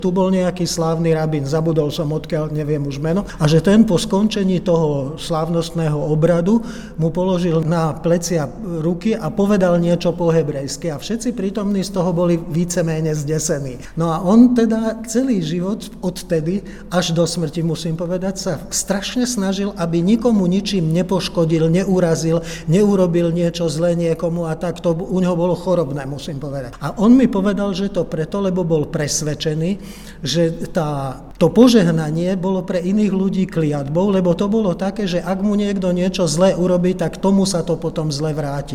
Tu bol nejaký slávny rabín, zabudol som odkiaľ, neviem už meno, a že ten po skončení toho slávnostného obradu mu položil na plecia ruky a povedal niečo po hebrejsky a všetci prítomní z toho boli víceméne zdesení. No a on teda celý život odtedy až do smrti, musím povedať, sa strašne snažil, aby nikomu ničím nepoškodil, neurazil, neurobil niečo zlé niekomu a tak to u neho bolo chorobné, musím povedať. A on mi povedal, že to preto, lebo bol presvedčený, že to požehnanie bolo pre iných ľudí kliatbou, lebo to bolo také, že ak mu niekto niečo zlé urobí, tak tomu sa to potom zle vráti.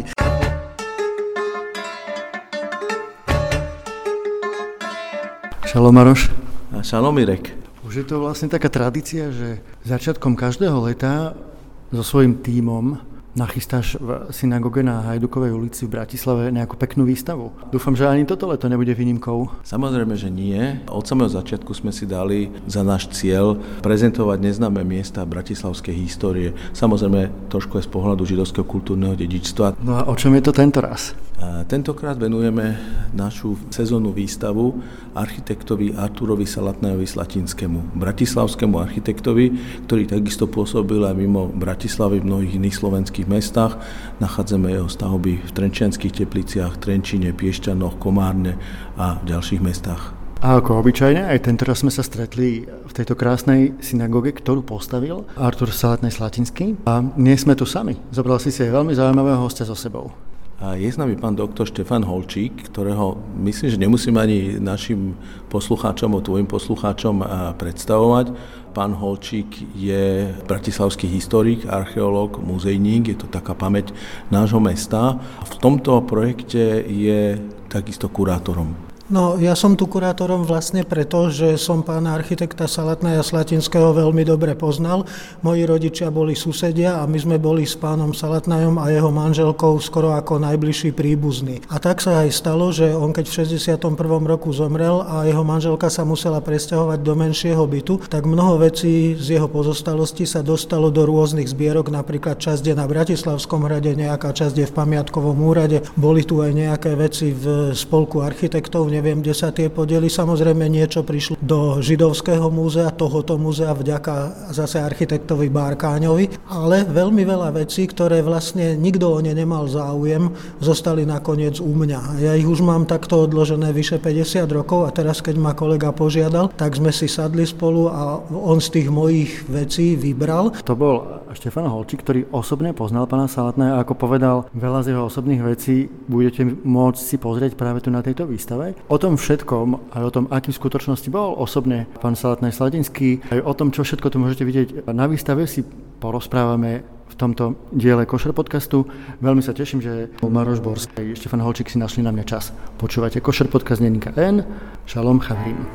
Šalom Maroš. A šalom Mirek. Už je to vlastne taká tradícia, že začiatkom každého leta so svojím tímom nachystáš v synagóge na Hajdukovej ulici v Bratislave nejakú peknú výstavu. Dúfam, že ani toto leto nebude výnimkou. Samozrejme, že nie. Od samého začiatku sme si dali za náš cieľ prezentovať neznáme miesta bratislavskej histórie. Samozrejme, trošku aj z pohľadu židovského kultúrneho dedičstva. No a o čom je to tento raz? Tentokrát venujeme našu sezónnu výstavu architektovi Arturovi Salatnajovi Slatinskému, bratislavskému architektovi, ktorý takisto pôsobil aj mimo Bratislavy v mnohých iných slovenských mestách. Nachádzame jeho stavby v Trenčianskych Tepliciach, Trenčíne, Piešťanoch, Komárne a v ďalších mestách. A ako obyčajne, aj tento raz sme sa stretli v tejto krásnej synagóge, ktorú postavil Artur Salatnaj Slatinský. A nie sme tu sami. Zobral si aj veľmi zaujímavého hostia so sebou. A je s nami pán doktor Štefan Holčík, ktorého myslím, že nemusím ani našim poslucháčom, tvojim poslucháčom predstavovať. Pán Holčík je bratislavský historik, archeológ, muzejník, je to taká pamäť nášho mesta. V tomto projekte je takisto kurátorom. No, ja som tu kurátorom vlastne preto, že som pána architekta Salatnaja Slatinského veľmi dobre poznal. Moji rodičia boli susedia a my sme boli s pánom Salatnajom a jeho manželkou skoro ako najbližší príbuzní. A tak sa aj stalo, že on keď v 61. roku zomrel a jeho manželka sa musela presťahovať do menšieho bytu, tak mnoho vecí z jeho pozostalosti sa dostalo do rôznych zbierok, napríklad časť je na Bratislavskom hrade, nejaká časť je v pamiatkovom úrade, boli tu aj nejaké veci v spolku architektov, neviem, kde sa tie podeli. Samozrejme niečo prišlo do židovského múzea, tohoto múzea vďaka zase architektovi Bárkáňovi, ale veľmi veľa vecí, ktoré vlastne nikto o ne nemal záujem, zostali nakoniec u mňa. Ja ich už mám takto odložené vyše 50 rokov a teraz, keď ma kolega požiadal, tak sme si sadli spolu a on z tých mojich vecí vybral. To bol Štefan Holčík, ktorý osobne poznal pána Salatnaja a ako povedal, veľa z jeho osobných vecí budete môcť si pozrieť práve tu na tejto výstave. O tom všetkom, aj o tom, akým v skutočnosti bol osobne pán Salatnaj Slatinský, aj o tom, čo všetko tu môžete vidieť na výstave, si porozprávame v tomto diele Košer podcastu. Veľmi sa teším, že Maroš Borský a Štefan Holčík si našli na mňa čas. Počúvate Košer podcast denníka N. Šalom Chavrim.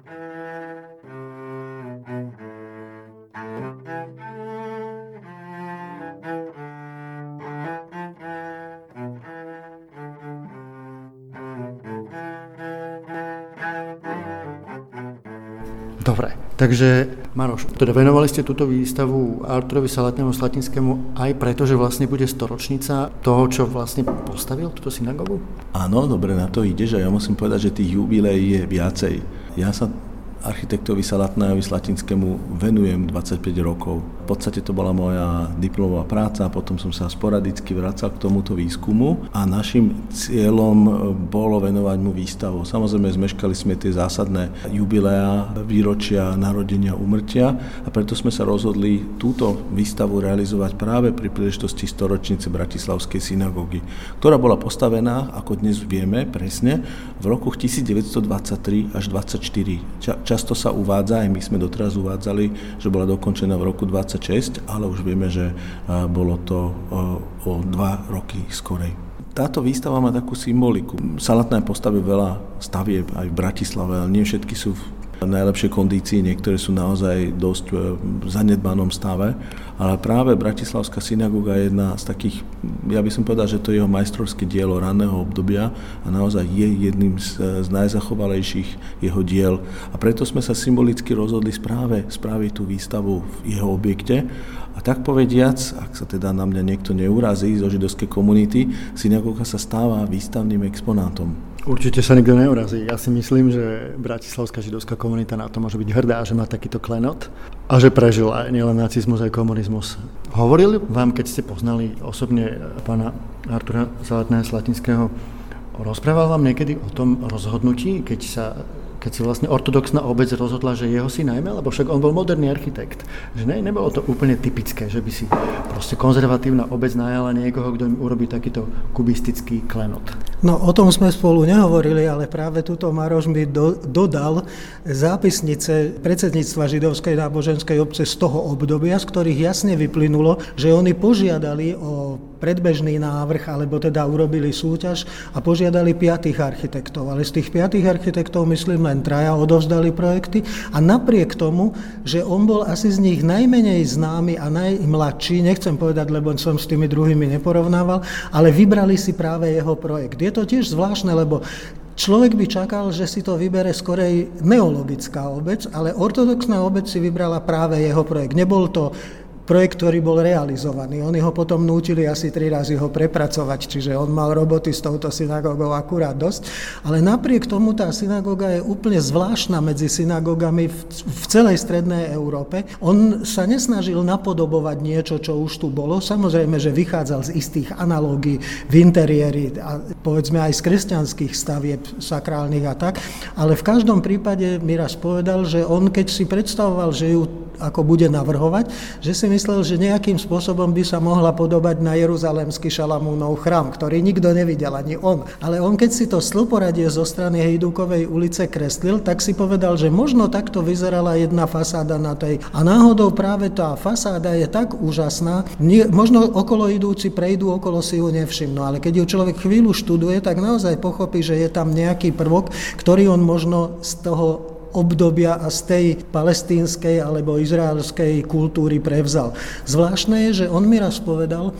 Dobre, takže Maroš, teda venovali ste túto výstavu Arturovi Salatnajovi Slatinskému aj preto, že vlastne bude storočnica toho, čo vlastne postavil túto synagógu? Áno, dobre, na to ideš a ja musím povedať, že tých jubileí je viacej. Ja sa architektovi Salatnajovi Slatinskému venujem 25 rokov. V podstate to bola moja diplomová práca, potom som sa sporadicky vracal k tomuto výskumu a našim cieľom bolo venovať mu výstavu. Samozrejme, zmeškali sme tie zásadné jubileá, výročia, narodenia, úmrtia a preto sme sa rozhodli túto výstavu realizovať práve pri príležitosti storočnice Bratislavskej synagógy, ktorá bola postavená, ako dnes vieme presne, v rokoch 1923 až 1924. Často sa uvádza, aj my sme doteraz uvádzali, že bola dokončená v roku 26, ale už vieme, že bolo to o 2 roky skorej. Táto výstava má takú symboliku. Salatnaj postavil veľa stavieb aj v Bratislave, ale nie všetky sú v najlepšej kondícii, niektoré sú naozaj dosť v zanedbanom stave, ale práve Bratislavská synagóga je jedna z takých, ja by som povedal, že to je jeho majstrovské dielo ranného obdobia a naozaj je jedným z najzachovalejších jeho diel. A preto sme sa symbolicky rozhodli spraviť tú výstavu v jeho objekte. A tak povediac, ak sa teda na mňa niekto neurazí zo židovskej komunity, synagóga sa stáva výstavným exponátom. Určite sa nikto neurazí. Ja si myslím, že bratislavská židovská komunita na to môže byť hrdá, že má takýto klenot a že prežila nielen nacizmus, aj komunizmus. Hovorili vám, keď ste poznali osobne pána Artura Salatného Slatinského, rozprával vám niekedy o tom rozhodnutí, keď si vlastne ortodoxná obec rozhodla, že jeho si najmä, lebo však on bol moderný architekt. Že nebolo to úplne typické, že by si proste konzervatívna obec najala niekoho, kto im urobí takýto kubistický klenot. No o tom sme spolu nehovorili, ale práve túto Maroš mi dodal zápisnice predsedníctva židovskej náboženskej obce z toho obdobia, z ktorých jasne vyplynulo, že oni požiadali o predbežný návrh, alebo teda urobili súťaž a požiadali 5 architektov. Ale z tých 5 architektov, myslím, len 3 odovzdali projekty a napriek tomu, že on bol asi z nich najmenej známy a najmladší, nechcem povedať, lebo som s tými druhými neporovnával, ale vybrali si práve jeho projekt. Je to tiež zvláštne, lebo človek by čakal, že si to vybere skorej neologická obec, ale ortodoxná obec si vybrala práve jeho projekt. Nebol to projekt, ktorý bol realizovaný. Oni ho potom nútili asi 3 razy ho prepracovať, čiže on mal roboty s touto synagógou akurát dosť. Ale napriek tomu tá synagóga je úplne zvláštna medzi synagógami v celej strednej Európe. On sa nesnažil napodobovať niečo, čo už tu bolo. Samozrejme, že vychádzal z istých analógií v interiéri a povedzme aj z kresťanských stavieb sakrálnych a tak. Ale v každom prípade mi raz povedal, že on keď si predstavoval, že ju ako bude navrhovať, že si myslel, že nejakým spôsobom by sa mohla podobať na jeruzalemský Šalamúnov chrám, ktorý nikto nevidel, ani on. Ale on, keď si to stĺporadie zo strany Hejdúkovej ulice kreslil, tak si povedal, že možno takto vyzerala jedna fasáda na tej. A náhodou práve tá fasáda je tak úžasná, možno okolo idúci prejdú, okolo si ju nevšimnú, ale keď ju človek chvíľu študuje, tak naozaj pochopí, že je tam nejaký prvok, ktorý on možno z toho obdobia a z tej palestínskej alebo izraelskej kultúry prevzal. Zvláštne je, že on mi raz povedal,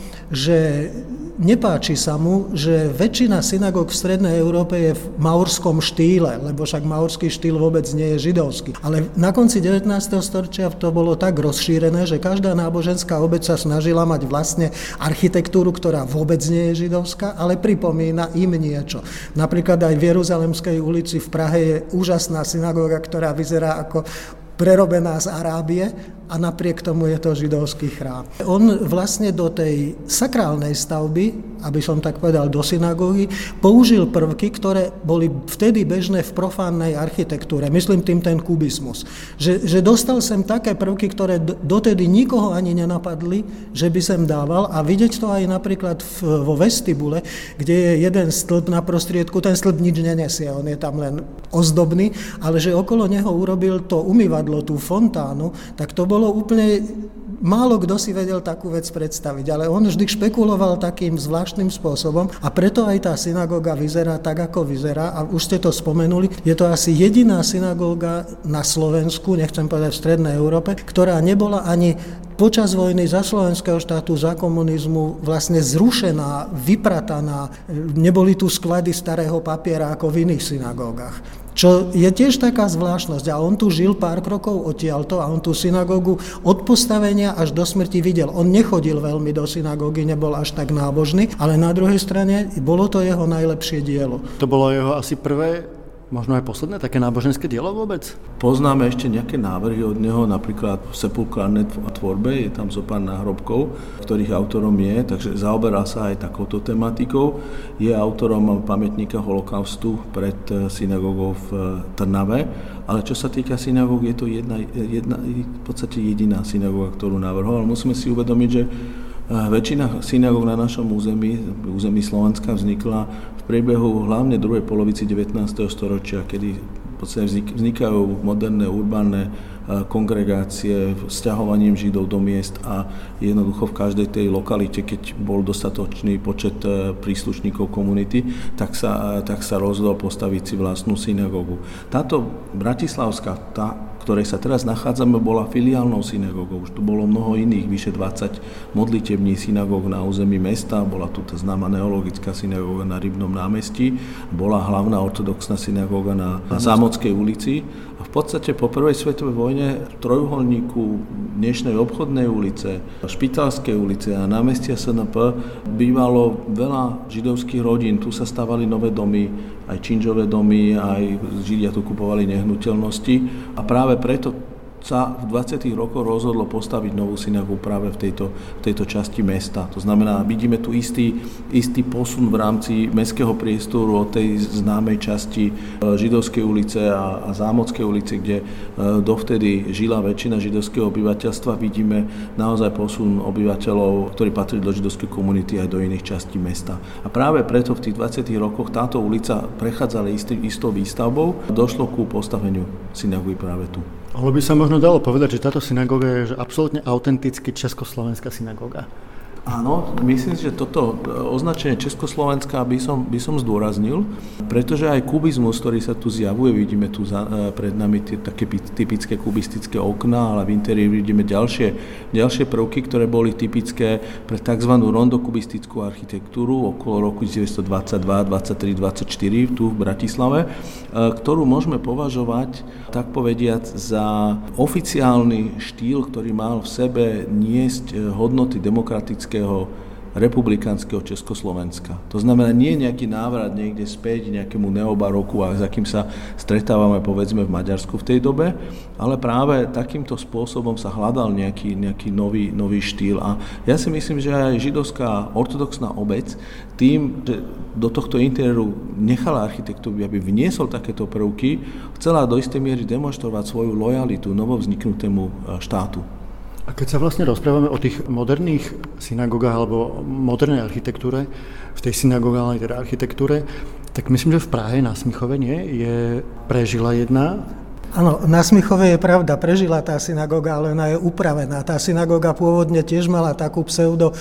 že nepáči sa mu, že väčšina synagóg v strednej Európe je v maorskom štýle, lebo však maorský štýl vôbec nie je židovský. Ale na konci 19. storočia to bolo tak rozšírené, že každá náboženská obec sa snažila mať vlastne architektúru, ktorá vôbec nie je židovská, ale pripomína im niečo. Napríklad aj v Jeruzalemskej ulici v Prahe je úžasná synagóga, ktorá vyzerá ako prerobená z Arábie a napriek tomu je to židovský chrám. On vlastne do tej sakrálnej stavby, aby som tak povedal, do synagógy, použil prvky, ktoré boli vtedy bežné v profánnej architektúre. Myslím tým ten kubizmus. Že dostal sem také prvky, ktoré dotedy nikoho ani nenapadli, že by sem dával a vidieť to aj napríklad vo vestibule, kde je jeden stĺp na prostriedku, ten stĺp nič nenesie, on je tam len ozdobný, ale že okolo neho urobil to umývadlo, tú fontánu, tak to bolo úplne málo kto si vedel takú vec predstaviť, ale on vždy špekuloval takým zvláštnym spôsobom a preto aj tá synagóga vyzerá tak, ako vyzerá a už ste to spomenuli, je to asi jediná synagóga na Slovensku, nechcem povedať v strednej Európe, ktorá nebola ani počas vojny za slovenského štátu, za komunizmu vlastne zrušená, vyprataná, neboli tu sklady starého papiera ako v iných synagógach. Čo je tiež taká zvláštnosť. A on tu žil pár krokov odtiaľto a on tú synagógu od postavenia až do smrti videl. On nechodil veľmi do synagógy, nebol až tak nábožný, ale na druhej strane bolo to jeho najlepšie dielo. To bolo jeho asi prvé, možno aj posledné také náboženské dielo vôbec? Poznáme ešte nejaké návrhy od neho, napríklad v sepulkrálnej tvorbe, je tam zo pár náhrobkov, ktorých autorom je, takže zaoberá sa aj takouto tematikou. Je autorom pamätníka holokaustu pred synagógou v Trnave, ale čo sa týka synagóg, je to jedna v podstate jediná synagóga, ktorú navrhoval. Musíme si uvedomiť, že väčšina synagóg na našom území Slovenska vznikla v priebehu hlavne druhej polovici 19. storočia, kedy v podstate vznikajú moderné urbánne kongregácie sťahovaním Židov do miest a jednoducho v každej tej lokalite, keď bol dostatočný počet príslušníkov komunity, tak sa rozhodol postaviť si vlastnú synagógu. Táto bratislavská, ktorej sa teraz nachádzame, bola filiálnou synagógou. Už tu bolo mnoho iných, vyše 20 modlitební synagóg na území mesta. Bola tu tá známa neologická synagóga na Rybnom námestí, bola hlavná ortodoxná synagóga na Zámockej ulici. A v podstate po prvej svetovej vojne v trojuholníku dnešnej Obchodnej ulice, Špitálskej ulice a námestia SNP bývalo veľa židovských rodín. Tu sa stavali nové domy, aj činžové domy, aj Židia tu kupovali nehnuteľnosti. A práve preto sa v 20. rokoch rozhodlo postaviť novú synagógu práve v tejto časti mesta. To znamená, vidíme tu istý posun v rámci mestského priestoru od tej známej časti Židovskej ulice a Zámockej ulice, kde dovtedy žila väčšina židovského obyvateľstva. Vidíme naozaj posun obyvateľov, ktorí patrili do židovskej komunity aj do iných častí mesta. A práve preto v tých 20. rokoch táto ulica prechádzala istou výstavbou a došlo ku postaveniu synagógy práve tu. Ale by sa možno dalo povedať, že táto synagóga je absolútne autenticky československá synagóga. Áno, myslím si, že toto označenie Československá by som zdôraznil, pretože aj kubizmus, ktorý sa tu zjavuje, vidíme tu pred nami tie také typické kubistické okná, ale v interiéri vidíme ďalšie prvky, ktoré boli typické pre tzv. Rondokubistickú architektúru okolo roku 1922, 23, 24 tu v Bratislave, ktorú môžeme považovať, tak povediac, za oficiálny štýl, ktorý mal v sebe niesť hodnoty demokratického republikánskeho Československa. To znamená nie nejaký návrat niekde späť nejakému neobaroku, a s akým sa stretávame povedzme v Maďarsku v tej dobe, ale práve takýmto spôsobom sa hľadal nejaký nový štýl. A ja si myslím, že aj židovská ortodoxná obec tým, že do tohto interiéru nechala architektu, aby vniesol takéto prvky, chcela do istej miery demonštrovať svoju lojalitu novovzniknutému štátu. A keď sa vlastne rozprávame o tých moderných synagógach alebo modernej architektúre, v tej synagogálnej teda architektúre, tak myslím, že v Prahe na Smichove prežila jedna. Áno, na Smichove je pravda, prežila tá synagóga, ale ona je upravená. Tá synagóga pôvodne tiež mala takú pseudo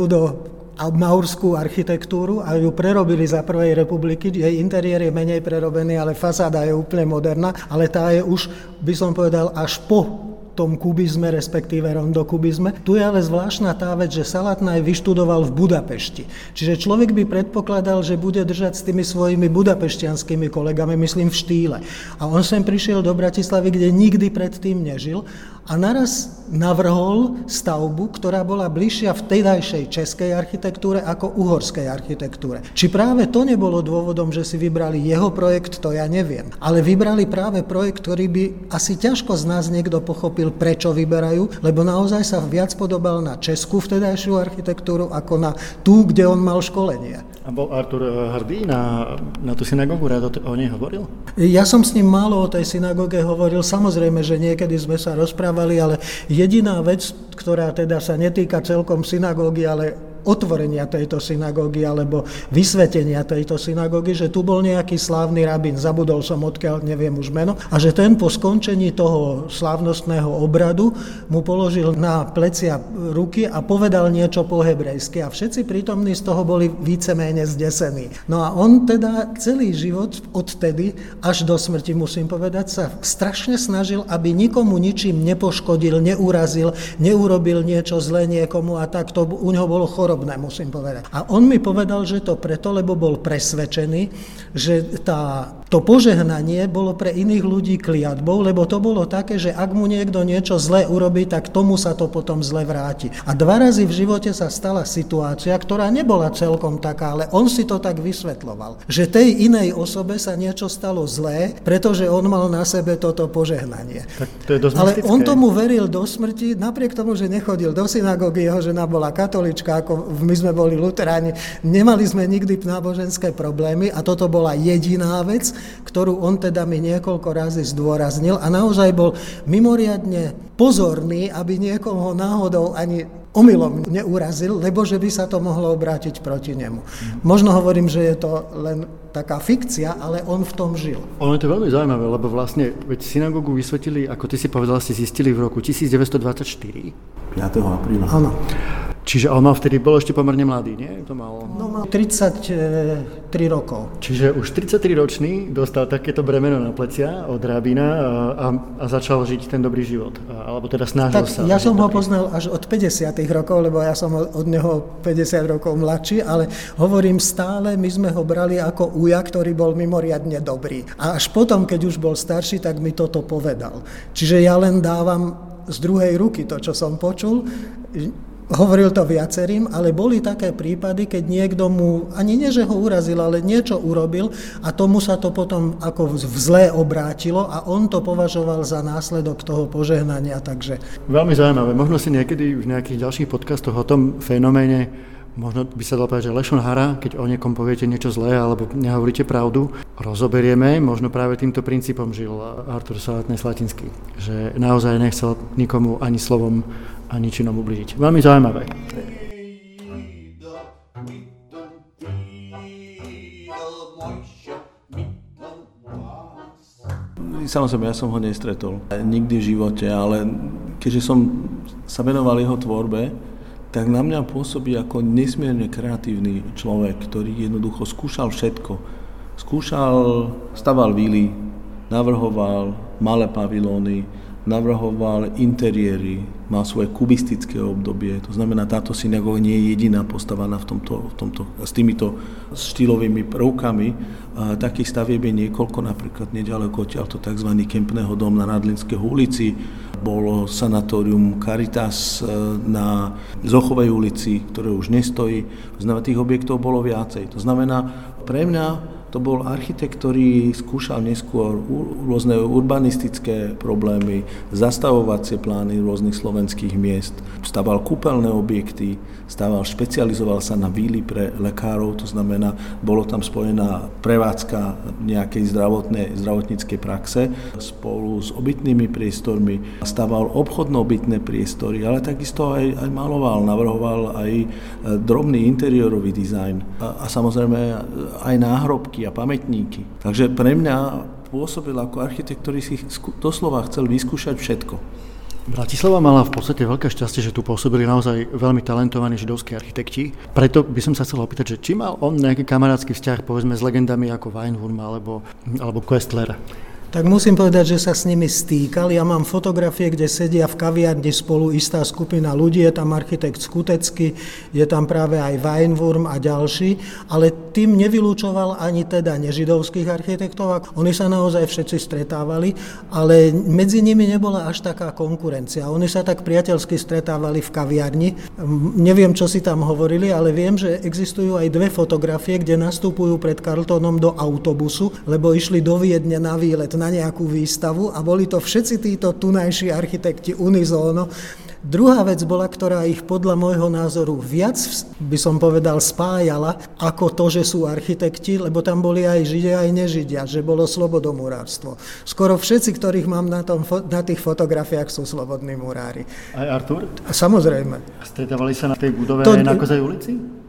maurskú architektúru a ju prerobili za prvej republiky. Jej interiér je menej prerobený, ale fasáda je úplne moderná, ale tá je už, by som povedal, až po tom kubizme, respektíve rondokubizme. Tu je ale zvláštna tá vec, že Salatnaj vyštudoval v Budapešti. Čiže človek by predpokladal, že bude držať s tými svojimi budapešťanskými kolegami, myslím v štýle. A on sem prišiel do Bratislavy, kde nikdy predtým nežil a naraz navrhol stavbu, ktorá bola bližšia v tedajšej českej architektúre ako uhorskej architektúre. Či práve to nebolo dôvodom, že si vybrali jeho projekt, to ja neviem. Ale vybrali práve projekt, ktorý by asi ťažko z nás niekto pochopil, prečo vyberajú, lebo naozaj sa viac podobal na českú vtedajšiu architektúru ako na tú, kde on mal školenie. A bol Artur hrdý na tú synagógu, rád o nej hovoril? Ja som s ním málo o tej synagóge hovoril, samozrejme, že niekedy sme sa rozprávali, ale jediná vec, ktorá teda sa netýka celkom synagógy, ale otvorenia tejto synagógy alebo vysvetenia tejto synagógy, že tu bol nejaký slávny rabín, zabudol som odkiaľ, neviem už meno, a že ten po skončení toho slávnostného obradu mu položil na plecia ruky a povedal niečo po hebrejsky a všetci prítomní z toho boli víceméne zdesení. No a on teda celý život odtedy až do smrti, musím povedať, sa strašne snažil, aby nikomu ničím nepoškodil, neurazil, neurobil niečo zlé niekomu a tak, to u neho bolo chorobné, musím povedať. A on mi povedal, že to preto, lebo bol presvedčený, že to požehnanie bolo pre iných ľudí kliatbou, lebo to bolo také, že ak mu niekto niečo zlé urobí, tak tomu sa to potom zle vráti. A 2 razy v živote sa stala situácia, ktorá nebola celkom taká, ale on si to tak vysvetľoval, že tej inej osobe sa niečo stalo zlé, pretože on mal na sebe toto požehnanie. Tak to je dosť ale mystické. On tomu veril do smrti, napriek tomu, že nechodil do synagógy, jeho žena bola katolíčka, ako my sme boli luteráni, nemali sme nikdy náboženské problémy a toto bola jediná vec, ktorú on teda mi niekoľko razy zdôraznil a naozaj bol mimoriadne pozorný, aby niekoho náhodou ani omylom neurazil, lebo že by sa to mohlo obrátiť proti nemu. Možno hovorím, že je to len taká fikcia, ale on v tom žil. Ono je to veľmi zaujímavé, lebo vlastne veď synagógu vysvetlili, ako ty si povedal, ste zistili v roku 1924. 5. apríla. Áno. Čiže on bol ešte pomerne mladý, nie? Mal 33 rokov. Čiže už 33-ročný dostal takéto bremeno na plecia od rabína a začal žiť ten dobrý život. Alebo teda snažil sa. Ja som ho poznal až od 50 rokov, lebo ja som od neho 50 rokov mladší, ale hovorím stále, my sme ho brali ako uja, ktorý bol mimoriadne dobrý. A až potom, keď už bol starší, tak mi toto povedal. Čiže ja len dávam z druhej ruky to, čo som počul. Hovoril to viacerým, ale boli také prípady, keď niekto mu, ani nie, že ho urazil, ale niečo urobil a tomu sa to potom ako v zlé obrátilo a on to považoval za následok toho požehnania, takže... Veľmi zaujímavé. Možno si niekedy v nejakých ďalších podcastoch o tom fenoméne, možno by sa dalo povedať, že lešon hara, keď o niekom poviete niečo zlé alebo nehovoríte pravdu, rozoberieme. Možno práve týmto princípom žil Artur Salatný-Slatinský, že naozaj nechcel nikomu ani slovom, ani činom ubližiť. Veľmi zaujímavé. Samozrejme, ja som ho nestretol nikdy v živote, ale keďže som sa venoval jeho tvorbe, tak na mňa pôsobí ako nesmierne kreatívny človek, ktorý jednoducho skúšal všetko. Staval vily, navrhoval malé pavilóny, navrhoval interiéry, mal svoje kubistické obdobie. To znamená, táto synagóga nie je jediná postavaná v tomto, s týmito štýlovými prvkami. Takých stavieb je niekoľko, napríklad nedaleko odtiaľto tzv. Kempného dom na Radlinskej ulici, bolo sanatórium Caritas na Zochovej ulici, ktoré už nestojí. To znamená, tých objektov bolo viacej. To znamená, pre mňa to bol architekt, ktorý skúšal neskôr rôzne urbanistické problémy, zastavovacie plány rôznych slovenských miest, staval kúpeľné objekty, špecializoval sa na výly pre lekárov, to znamená, bolo tam spojená prevádzka nejakej zdravotníckej praxe spolu s obytnými priestormi, staval obchodno-obytné priestory, ale takisto aj maloval, navrhoval aj drobný interiérový dizajn a samozrejme aj náhrobky a pamätníky. Takže pre mňa pôsobil ako architekt, ktorý si doslova chcel vyskúšať všetko. Bratislava mala v podstate veľké šťastie, že tu pôsobili naozaj veľmi talentovaní židovskí architekti. Preto by som sa chcel opýtať, že či mal on nejaký kamarátsky vzťah, povedzme, s legendami ako Weinwurm alebo Koestler? Tak musím povedať, že sa s nimi stýkal. Ja mám fotografie, kde sedia v kaviarni spolu istá skupina ľudí. Je tam architekt Skutecký, je tam práve aj Weinwurm a ďalší, ale tým nevylúčoval ani teda nežidovských architektov. Oni sa naozaj všetci stretávali, ale medzi nimi nebola až taká konkurencia. Oni sa tak priateľsky stretávali v kaviarni. Neviem, čo si tam hovorili, ale viem, že existujú aj dve fotografie, kde nastupujú pred Carltonom do autobusu, lebo išli do Viedne na výlet na nejakú výstavu a boli to všetci títo tunajší architekti unizóno. Druhá vec bola, ktorá ich podľa môjho názoru viac, by som povedal, spájala ako to, že sú architekti, lebo tam boli aj Židia, aj nežidia, že bolo slobodomurárstvo. Skoro všetci, ktorých mám na tých fotografiách, sú slobodní murári. Aj Artur? Samozrejme. A stretávali sa na tej budove aj na Kozej ulici?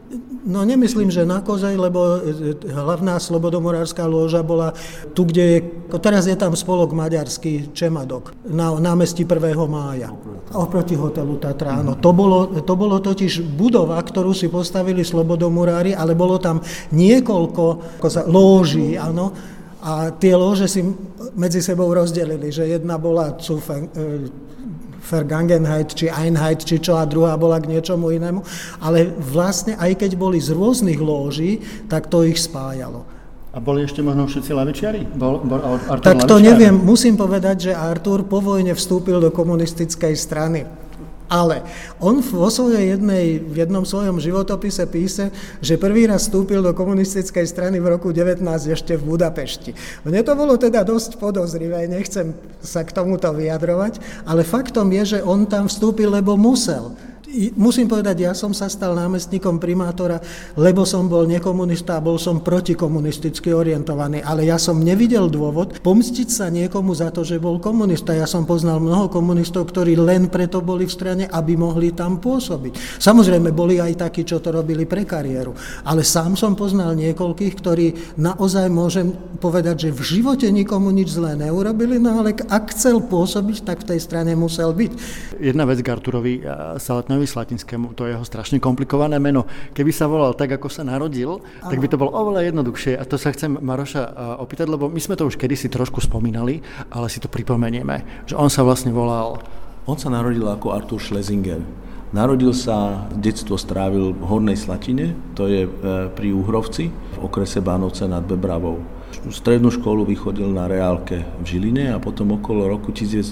No nemyslím, že na Kozej, lebo hlavná slobodomurárska lôža bola tu, kde je, teraz je tam spolok maďarský Čemadok, na námestí 1. mája, oproti hotelu Tatra. Áno. To bolo totiž budova, ktorú si postavili slobodomurári, ale bolo tam niekoľko lóží, áno, a tie lóže si medzi sebou rozdelili, že jedna bola Vergangenheit, či Einheit, či čo, a druhá bola k niečomu inému. Ale vlastne, aj keď boli z rôznych lóží, tak to ich spájalo. A boli ešte možno všetci lavičiari? Artur tak to neviem. Musím povedať, že Artur po vojne vstúpil do komunistickej strany. Ale on v jednom svojom životopise píše, že prvý raz vstúpil do komunistickej strany v roku 19 ešte v Budapešti. Mne to bolo teda dosť podozrivé, nechcem sa k tomuto vyjadrovať, ale faktom je, že on tam vstúpil, lebo musel. Musím povedať, ja som sa stal námestníkom primátora, lebo som bol nekomunista a bol som protikomunisticky orientovaný, ale ja som nevidel dôvod pomstiť sa niekomu za to, že bol komunista. Ja som poznal mnoho komunistov, ktorí len preto boli v strane, aby mohli tam pôsobiť. Samozrejme, boli aj takí, čo to robili pre kariéru, ale sám som poznal niekoľkých, ktorí naozaj môžem povedať, že v živote nikomu nič zlé neurobili, no ale ak chcel pôsobiť, tak v tej strane musel byť. Jedna vec k Arturovi Salatnému Salatnovi Slatinskému. To je jeho strašne komplikované meno. Keby sa volal tak, ako sa narodil, tak by to bolo oveľa jednoduchšie. A to sa chcem Maroša opýtať, lebo my sme to už kedysi trošku spomínali, ale si to pripomenieme, že on sa vlastne volal... On sa narodil ako Artur Schlesinger. Narodil sa, detstvo strávil v Hornej Slatine, to je pri Uhrovci, v okrese Bánovce nad Bebravou. Strednú školu vychodil na reálke v Žiline a potom okolo roku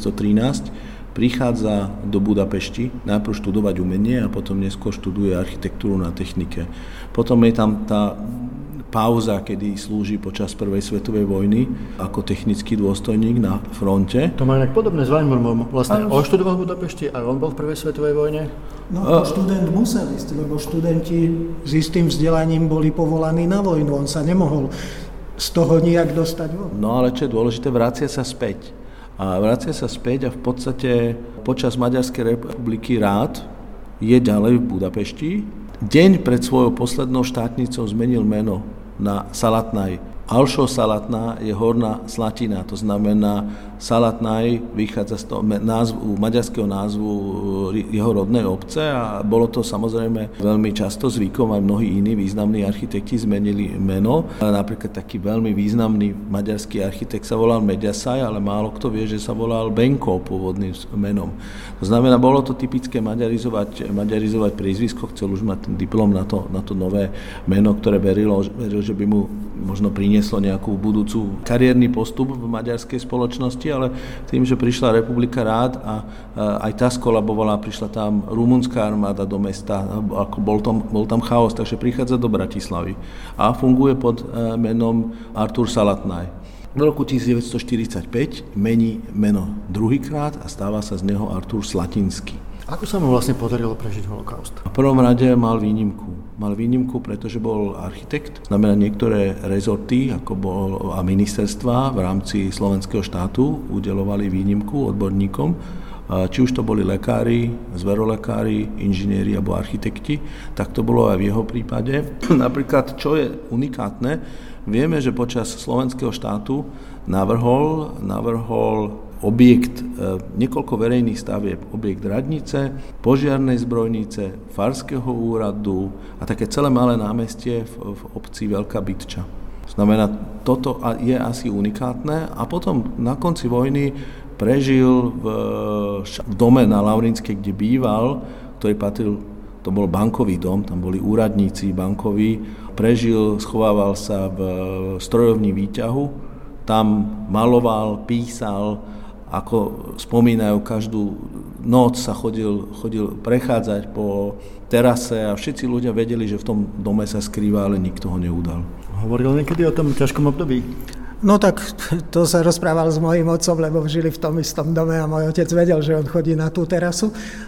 1913 prichádza do Budapešti, najprv študovať umenie a potom neskôr študuje architektúru na technike. Potom je tam tá pauza, kedy slúži počas prvej svetovej vojny ako technický dôstojník na fronte. To má inak podobné s Weinburnom. Vlastne on študoval v Budapešti a on bol v prvej svetovej vojne? No to študent musel ísť, lebo študenti s istým vzdelaním boli povolaní na vojnu. On sa nemohol z toho nijak dostať von. No ale čo je dôležité, vracia sa späť. A vracia sa späť a v podstate počas Maďarskej republiky rád je ďalej v Budapešti. Deň pred svojou poslednou štátnicou zmenil meno na Salatnaj. Alšo Salatná je Horná Slatina, to znamená Salatnaj vychádza z toho názvu, maďarského názvu jeho rodnej obce a bolo to samozrejme veľmi často zvykom, aj mnohí iní významní architekti zmenili meno. Napríklad taký veľmi významný maďarský architekt sa volal Mediasaj, ale málo kto vie, že sa volal Benko pôvodným menom. To znamená, bolo to typické maďarizovať priezvisko, chcel už mať ten diplom na to nové meno, ktoré veril, že by mu možno prinieslo nejakú budúcu kariérny postup v maďarskej spoločnosti, ale tým, že prišla republika rád a aj tá skolabovala, prišla tam rumunská armáda do mesta, ako bol tam chaos, takže prichádza do Bratislavy a funguje pod menom Artur Salatnaj. V roku 1945 mení meno druhýkrát a stáva sa z neho Artur Slatinský. Ako sa mu vlastne podarilo prežiť holokaust? V prvom rade mal výnimku. Mal výnimku, pretože bol architekt. Znamená, niektoré rezorty a ministerstva v rámci slovenského štátu udelovali výnimku odborníkom. Či už to boli lekári, zverolekári, inžinieri alebo architekti, tak to bolo aj v jeho prípade. Napríklad, čo je unikátne, vieme, že počas slovenského štátu navrhol objekt, niekoľko verejných stavieb, objekt radnice, požiarnej zbrojnice, farského úradu a také celé malé námestie v obci Veľká Bytča. Znamená, toto je asi unikátne a potom na konci vojny prežil v dome na Laurinskej, kde býval, ktorý patril, to bol bankový dom, tam boli úradníci bankoví, prežil, schovával sa v strojovni výťahu, tam maloval, písal, ako spomínajú, každú noc sa chodil prechádzať po terase a všetci ľudia vedeli, že v tom dome sa skrýva, ale nikto ho neudal. Hovoril niekedy o tom ťažkom období? No tak to sa rozprával s mojím otcom, lebo žili v tom istom dome a môj otec vedel, že on chodí na tú terasu.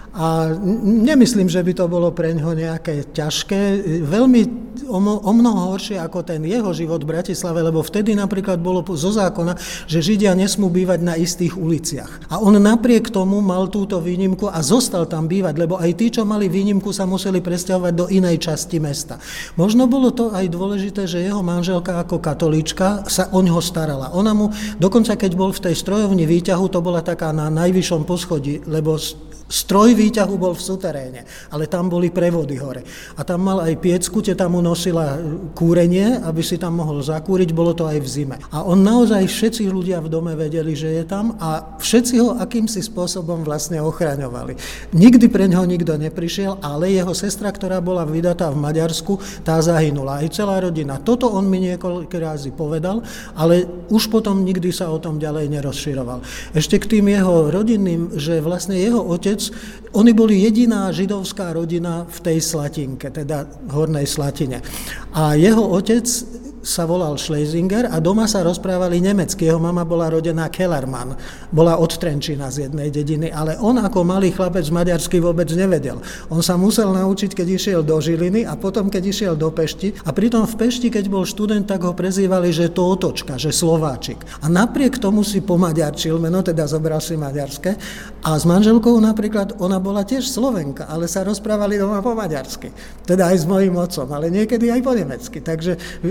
A nemyslím, že by to bolo pre ňoho nejaké ťažké. Veľmi o mnoho horšie ako ten jeho život v Bratislave, lebo vtedy napríklad bolo zo zákona, že Židia nesmú bývať na istých uliciach. A on napriek tomu mal túto výnimku a zostal tam bývať, lebo aj tí, čo mali výnimku, sa museli presťahovať do inej časti mesta. Možno bolo to aj dôležité, že jeho manželka ako katolíčka sa o ňoho starala. Ona mu, dokonca keď bol v tej strojovni výťahu, to bola taká na najvyššom poschodí, lebo stroj výťahu bol v suteréne, ale tam boli prevody hore. A tam mal aj piecku, teta mu nosila kúrenie, aby si tam mohol zakúriť, bolo to aj v zime. A on naozaj, všetci ľudia v dome vedeli, že je tam a všetci ho akýmsi spôsobom vlastne ochraňovali. Nikdy pre ňoho nikto neprišiel, ale jeho sestra, ktorá bola vydatá v Maďarsku, tá zahynula. Aj celá rodina. Toto on mi niekoľko razy povedal, ale už potom nikdy sa o tom ďalej nerozširoval. Ešte k tým jeho rodinným, že vlastne jeho otec, oni boli jediná židovská rodina v tej Slatinke, teda Hornej Slatine. A jeho otec sa volal Schlesinger a doma sa rozprávali nemecky. Jeho mama bola rodená Kellermann, bola od Trenčína z jednej dediny, ale on ako malý chlapec maďarsky vôbec nevedel. On sa musel naučiť, keď išiel do Žiliny a potom, keď išiel do Pešti. A pritom v Pešti, keď bol študent, tak ho prezývali, že Tótočka, že Slováčik. A napriek tomu si pomaďarčil meno, teda zobral si maďarské. A s manželkou napríklad, ona bola tiež Slovenka, ale sa rozprávali doma po maďarsky. Teda aj s mojím otcom, ale niekedy aj po nemecky. Takže v Bratislave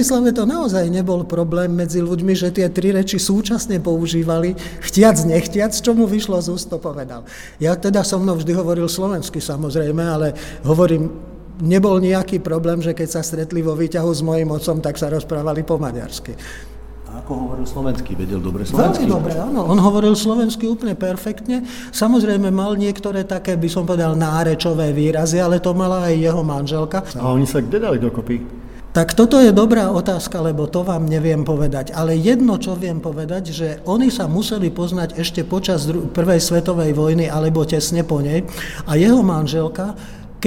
Bratislave to naozaj nebol problém medzi ľuďmi, že tie 3 reči súčasne používali, chtiac, nechtiac, čo mu vyšlo z úst, to povedal. Ja teda so mnou vždy hovoril slovensky, samozrejme, ale hovorím, nebol nejaký problém, že keď sa stretli vo výťahu s mojím otcom, tak sa rozprávali po maďarsky. A ako hovoril slovensky? Vedel dobre slovensky? Veľmi dobre, áno. On hovoril slovensky úplne perfektne. Samozrejme mal niektoré také, by som povedal, nárečové výrazy, ale to mala aj jeho manželka. A oni sa kde dali dokopy? Tak toto je dobrá otázka, lebo to vám neviem povedať. Ale jedno, čo viem povedať, že oni sa museli poznať ešte počas prvej svetovej vojny alebo tesne po nej. A jeho manželka,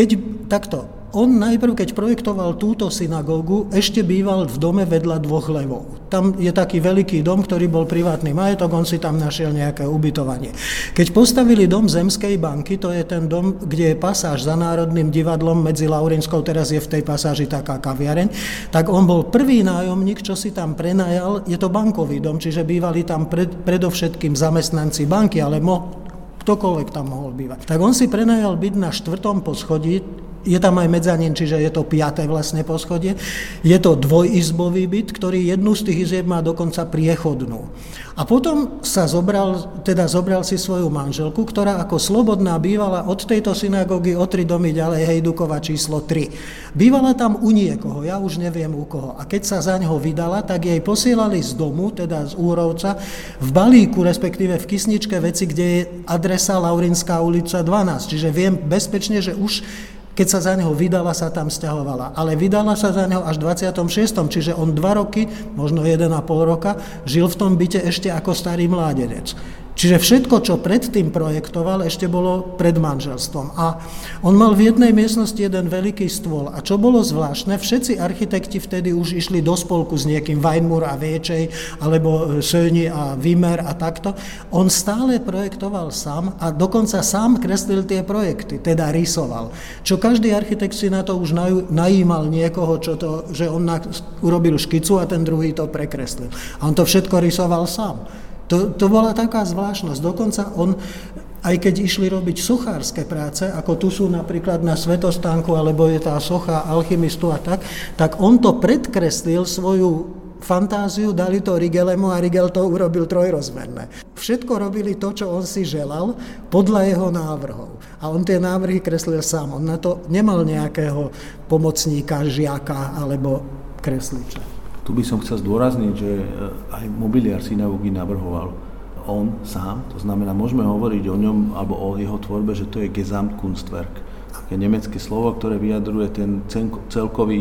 on najprv, keď projektoval túto synagógu, ešte býval v dome vedľa 2 levov. Tam je taký veľký dom, ktorý bol privátny majetok, on si tam našiel nejaké ubytovanie. Keď postavili dom Zemskej banky, to je ten dom, kde je pasáž za Národným divadlom medzi Laurinskou, teraz je v tej pasáži taká kaviareň, tak on bol prvý nájomník, čo si tam prenajal, je to bankový dom, čiže bývali tam predovšetkým zamestnanci banky, ale ktokoľvek tam mohol bývať. Tak on si prenajal byt na 4. poschodí, je tam aj medzanín, čiže je to 5. vlastne poschodie. Je to dvojizbový byt, ktorý jednu z tých izieb má dokonca priechodnú. A potom sa zobral si svoju manželku, ktorá ako slobodná bývala od tejto synagógy o 3 domy ďalej, Hejdukova číslo 3. Bývala tam u niekoho, ja už neviem u koho. A keď sa za ňoho vydala, tak jej posielali z domu, teda z Úrovca, v balíku, respektíve v kysničke veci, kde je adresa Laurinská ulica 12. Čiže viem bezpečne, že už keď sa za neho vydala, sa tam sťahovala. Ale vydala sa za neho až v 26. Čiže on 2 roky, možno 1,5 roka, žil v tom byte ešte ako starý mládenec. Čiže všetko, čo predtým projektoval, ešte bolo pred manželstvom. A on mal v jednej miestnosti jeden veľký stôl. A čo bolo zvláštne, všetci architekti vtedy už išli do spolku s niekým, Weinmur a Viečej, alebo Söni a Wimmer a takto. On stále projektoval sám a dokonca sám kreslil tie projekty, teda rysoval. Čo každý architekt si na to už najímal niekoho, že on urobil škicu a ten druhý to prekreslil. A on to všetko rysoval sám. To bola taká zvláštnosť. Dokonca on, aj keď išli robiť sochárske práce, ako tu sú napríklad na Svetostánku, alebo je tá socha alchymistu a tak on to predkreslil svoju fantáziu, dali to Rigelemu a Rigel to urobil trojrozmerné. Všetko robili to, čo on si želal, podľa jeho návrhov. A on tie návrhy kreslil sám. On na to nemal nejakého pomocníka, žiaka alebo kresliča. Tu by som chcel zdôrazniť, že aj mobiliár synagógy navrhoval on sám, to znamená, môžeme hovoriť o ňom alebo o jeho tvorbe, že to je Gesamtkunstwerk. Je nemecké slovo, ktoré vyjadruje ten celkový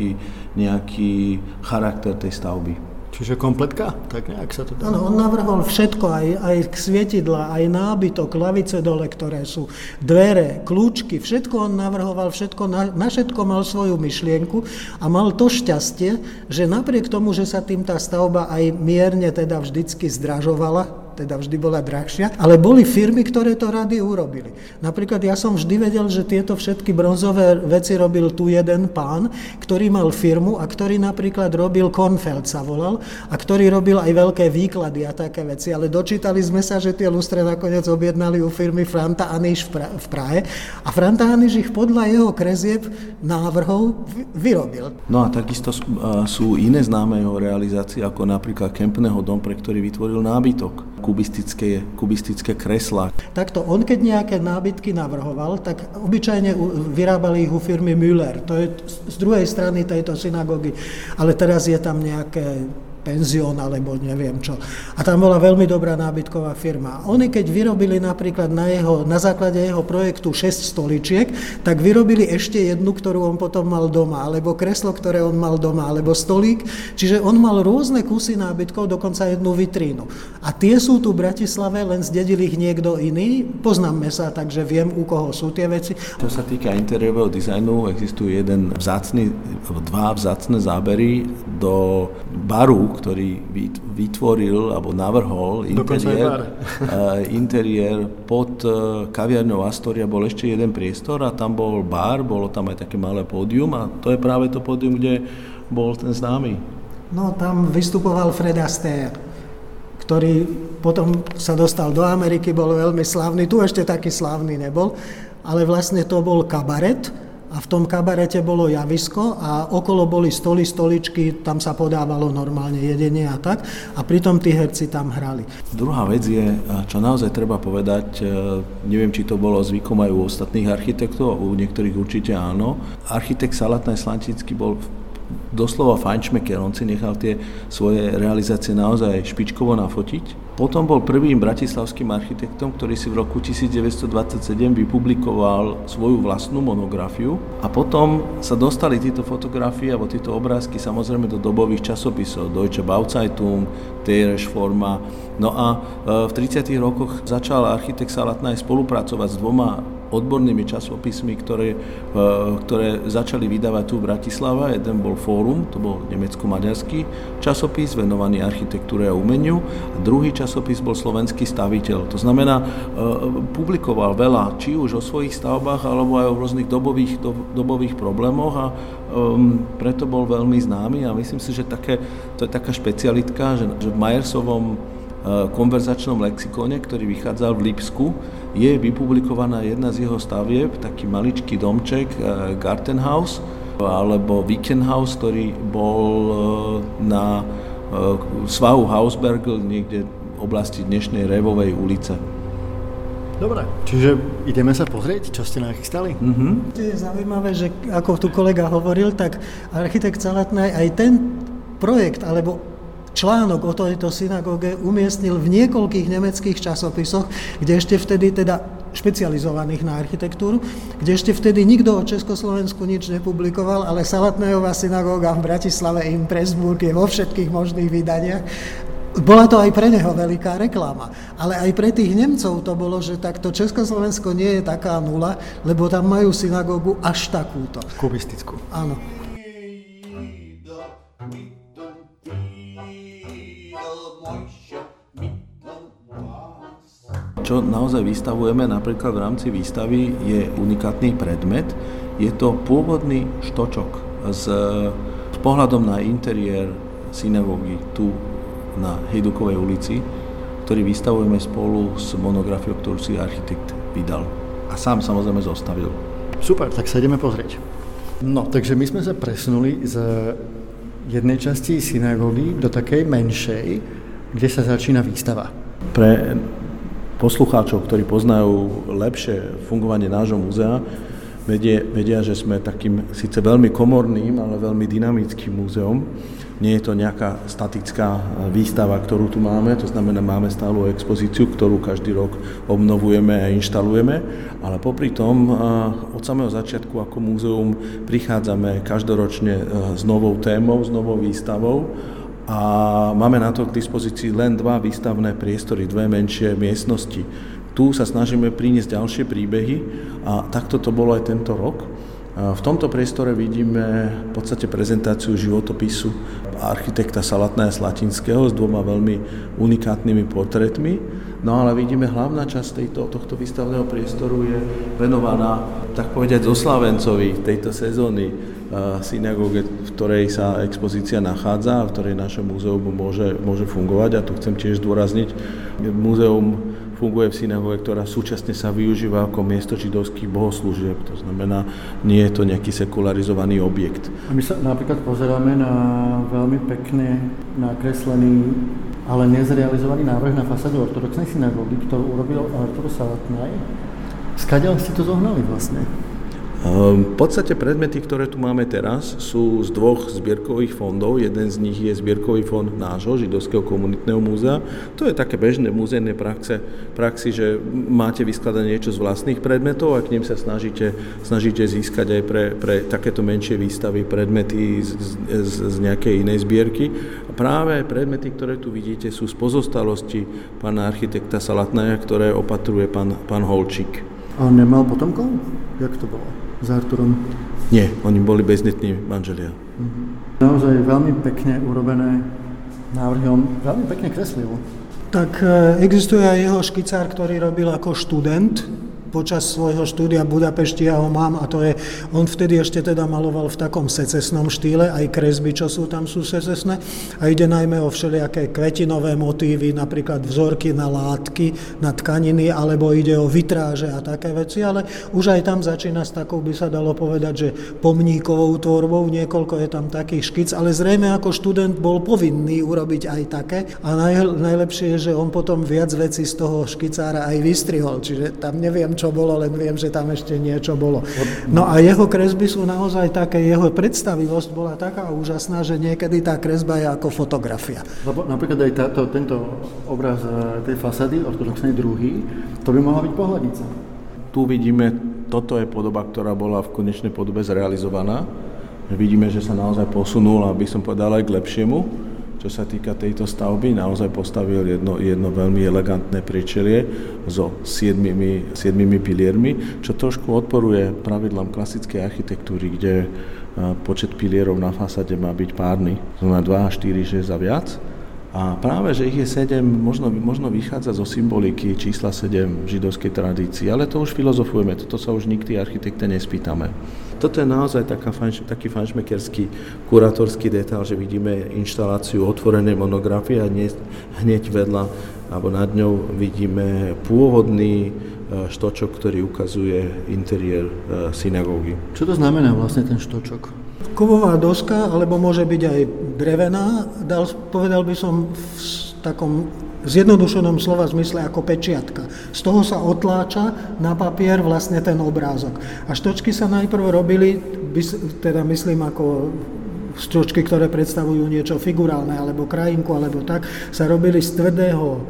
nejaký charakter tej stavby. Čiže kompletka? Tak nejak sa to dá. Áno, on navrhol všetko, aj svietidla, aj nábytok, lavice dole, ktoré sú, dvere, kľúčky, všetko on navrhoval, na všetko mal svoju myšlienku a mal to šťastie, že napriek tomu, že sa tým tá stavba aj mierne teda vždycky zdražovala, teda vždy bola drahšia, ale boli firmy, ktoré to rady urobili. Napríklad ja som vždy vedel, že tieto všetky bronzové veci robil tu jeden pán, ktorý mal firmu a ktorý napríklad robil Kornfeld sa volal a ktorý robil aj veľké výklady a také veci, ale dočítali sme sa, že tie lustre nakoniec objednali u firmy Franta Aniš v Prahe a Franta Aniš ich podľa jeho kresieb návrhov vyrobil. No a takisto sú iné známe jeho realizácie, ako napríklad Kempného dom, pre ktorý vytvoril nábytok. Kubistické kreslá. Takto, on keď nejaké nábytky navrhoval, tak obyčajne vyrábali ich u firmy Müller. To je z druhej strany tejto synagógy, ale teraz je tam nejaké penzión alebo neviem čo. A tam bola veľmi dobrá nábytková firma. Oni keď vyrobili napríklad na základe jeho projektu 6 stoličiek, tak vyrobili ešte jednu, ktorú on potom mal doma, alebo kreslo, ktoré on mal doma, alebo stolík. Čiže on mal rôzne kusy nábytkov, dokonca jednu vitrínu. A tie sú tu v Bratislave, len zdedil ich niekto iný. Poznáme sa, takže viem, u koho sú tie veci. Čo sa týka interiérového dizajnu, existuje dva vzácne zábery do baru, ktorý vytvoril alebo navrhol interiér pod kaviarňou Astoria bol ešte jeden priestor a tam bol bar, bolo tam aj také malé pódium a to je práve to pódium, kde bol ten známy. No tam vystupoval Fred Astaire, ktorý potom sa dostal do Ameriky, bol veľmi slávny, tu ešte taký slávny nebol, ale vlastne to bol kabaret a v tom kabarete bolo javisko a okolo boli stoly, stoličky, tam sa podávalo normálne jedenie a tak a pritom tí herci tam hrali. Druhá vec je, čo naozaj treba povedať, neviem, či to bolo zvykom aj u ostatných architektov, u niektorých určite áno. Architekt Salatná Slatinský bol doslova fajnšmeker, on si nechal tie svoje realizácie naozaj špičkovo nafotiť. Potom bol prvým bratislavským architektom, ktorý si v roku 1927 vypublikoval svoju vlastnú monografiu a potom sa dostali tieto fotografie alebo tieto obrázky samozrejme do dobových časopisov Deutsche Bauzeitung, Forma. No a v 30. rokoch začal architekt Salatná spolupracovať s dvoma odbornými časopismi, ktoré začali vydávať tu v Bratislave. Jeden bol Fórum, to bol nemecko-maďarský časopis venovaný architektúre a umeniu. A druhý časopis bol Slovenský staviteľ. To znamená, publikoval veľa, či už o svojich stavbách, alebo aj o rôznych dobových problémoch a preto bol veľmi známy a myslím si, že to je taká špecialitka, že v Majersovom konverzačnom lexikóne, ktorý vychádzal v Lipsku, je vypublikovaná jedna z jeho stavieb, taký maličký domček Gartenhaus alebo Wickenhaus, ktorý bol na svahu Hausbergl niekde v oblasti dnešnej Révovej ulice. Dobre, čiže ideme sa pozrieť, čo ste nachystali? To je zaujímavé, že ako tu kolega hovoril, tak architekt Salatný aj ten projekt, alebo článok o tejto synagóge umiestnil v niekoľkých nemeckých časopisoch, kde ešte vtedy teda špecializovaných na architektúru, kde ešte vtedy nikto o Československu nič nepublikoval, ale Salatného synagóga v Bratislave im Pressburg je vo všetkých možných vydaniach. Bola to aj pre neho veľká reklama, ale aj pre tých Nemcov to bolo, že takto Československo nie je taká nula, lebo tam majú synagógu až takúto. Kubistickú. Áno. Čo naozaj vystavujeme napríklad v rámci výstavy je unikátny predmet. Je to pôvodný štočok s pohľadom na interiér synagógy tu na Hejdukovej ulici, ktorý vystavujeme spolu s monografiou, ktorú si architekt vydal. A sám samozrejme zostavil. Super, tak sa ideme pozrieť. No, takže my sme sa presunuli z jednej časti synagógy do takej menšej, kde sa začína výstava. Pre poslucháčov, ktorí poznajú lepšie fungovanie nášho múzea, vedia, že sme takým síce veľmi komorným, ale veľmi dynamickým múzeom. Nie je to nejaká statická výstava, ktorú tu máme, to znamená, máme stálu expozíciu, ktorú každý rok obnovujeme a inštalujeme, ale popri tom od samého začiatku ako múzeum prichádzame každoročne s novou témou, s novou výstavou a máme na to k dispozícii len dva výstavné priestory, dve menšie miestnosti. Tu sa snažíme priniesť ďalšie príbehy a takto to bolo aj tento rok. V tomto priestore vidíme v podstate prezentáciu životopisu architekta Salatného Slatinského s dvoma veľmi unikátnymi portrétmi. No ale vidíme, hlavná časť tohto výstavného priestoru je venovaná, tak povedať, oslávencovi tejto sezóny synagóge, v ktorej sa expozícia nachádza a v ktorej naše múzeum môže fungovať. A tu chcem tiež zdôrazniť, múzeum funguje v synagóge, ktorá súčasne sa využíva ako miesto židovských bohoslúžieb. To znamená, nie je to nejaký sekularizovaný objekt. A my sa napríklad pozeráme na veľmi pekne nakreslený, ale nezrealizovaný návrh na fasádu ortodoxnej synagógy, ktorú urobil Artur Salatný. Skadiaľ ste to zohnali vlastne? V podstate predmety, ktoré tu máme teraz, sú z dvoch zbierkových fondov. Jeden z nich je zbierkový fond nášho Židovského komunitného múzea. To je také bežné múzejné praxi, že máte vyskladané niečo z vlastných predmetov a k nim sa snažíte získať aj pre takéto menšie výstavy predmety z nejakej inej zbierky. A práve predmety, ktoré tu vidíte, sú z pozostalosti pána architekta Salatného, ktoré opatruje pán Holčík. A on nemal potomkov? Jak to bolo s Arturom? Nie, oni boli bezdetní manželia. Naozaj veľmi pekne urobené návrhy, on veľmi pekne kreslil. Tak existuje aj jeho škicár, ktorý robil ako študent počas svojho štúdia v Budapešti, ja ho mám, a to je, on vtedy ešte teda maloval v takom secesnom štýle, aj kresby, čo sú tam, sú secesné, a ide najmä o všelijaké kvetinové motívy, napríklad vzorky na látky, na tkaniny, alebo ide o vitráže a také veci, ale už aj tam začína s takou, by sa dalo povedať, že pomníkovou tvorbou, niekoľko je tam takých škic, ale zrejme ako študent bol povinný urobiť aj také, a najlepšie je, že on potom viac vecí z toho škicára aj vystrihol, čiže tam neviem, čo bolo, len viem, že tam ešte niečo bolo. No a jeho kresby sú naozaj také, jeho predstavivosť bola taká úžasná, že niekedy tá kresba je ako fotografia. Lebo napríklad aj tento obraz tej fasády, ortodoxnej druhy, to by mohla byť pohľadnica. Tu vidíme, toto je podoba, ktorá bola v konečnej podobe zrealizovaná. Vidíme, že sa naozaj posunul, aby som povedal, aj k lepšiemu. Čo sa týka tejto stavby, naozaj postavil jedno veľmi elegantné priečelie so 7 piliermi, čo trošku odporuje pravidlám klasickej architektúry, kde počet pilierov na fasáde má byť párny. Znamená 2, 4, 6 a viac. A práve, že ich je 7, možno vychádza zo symboliky čísla 7 v židovskej tradícii, ale to už filozofujeme, toto sa už nikdy architekta nespýtame. Toto je naozaj taký fajnšmekerský kurátorský detail, že vidíme inštaláciu otvorenej monografie a hneď vedľa alebo nad ňou vidíme pôvodný štočok, ktorý ukazuje interiér synagógy. Čo to znamená vlastne ten štočok? Kovová doska, alebo môže byť aj drevená, povedal by som v takom zjednodušenom slova zmysle ako pečiatka. Z toho sa otláča na papier vlastne ten obrázok. A štočky sa najprv robili, teda myslím ako štočky, ktoré predstavujú niečo figurálne, alebo krajinku, alebo tak, sa robili z tvrdého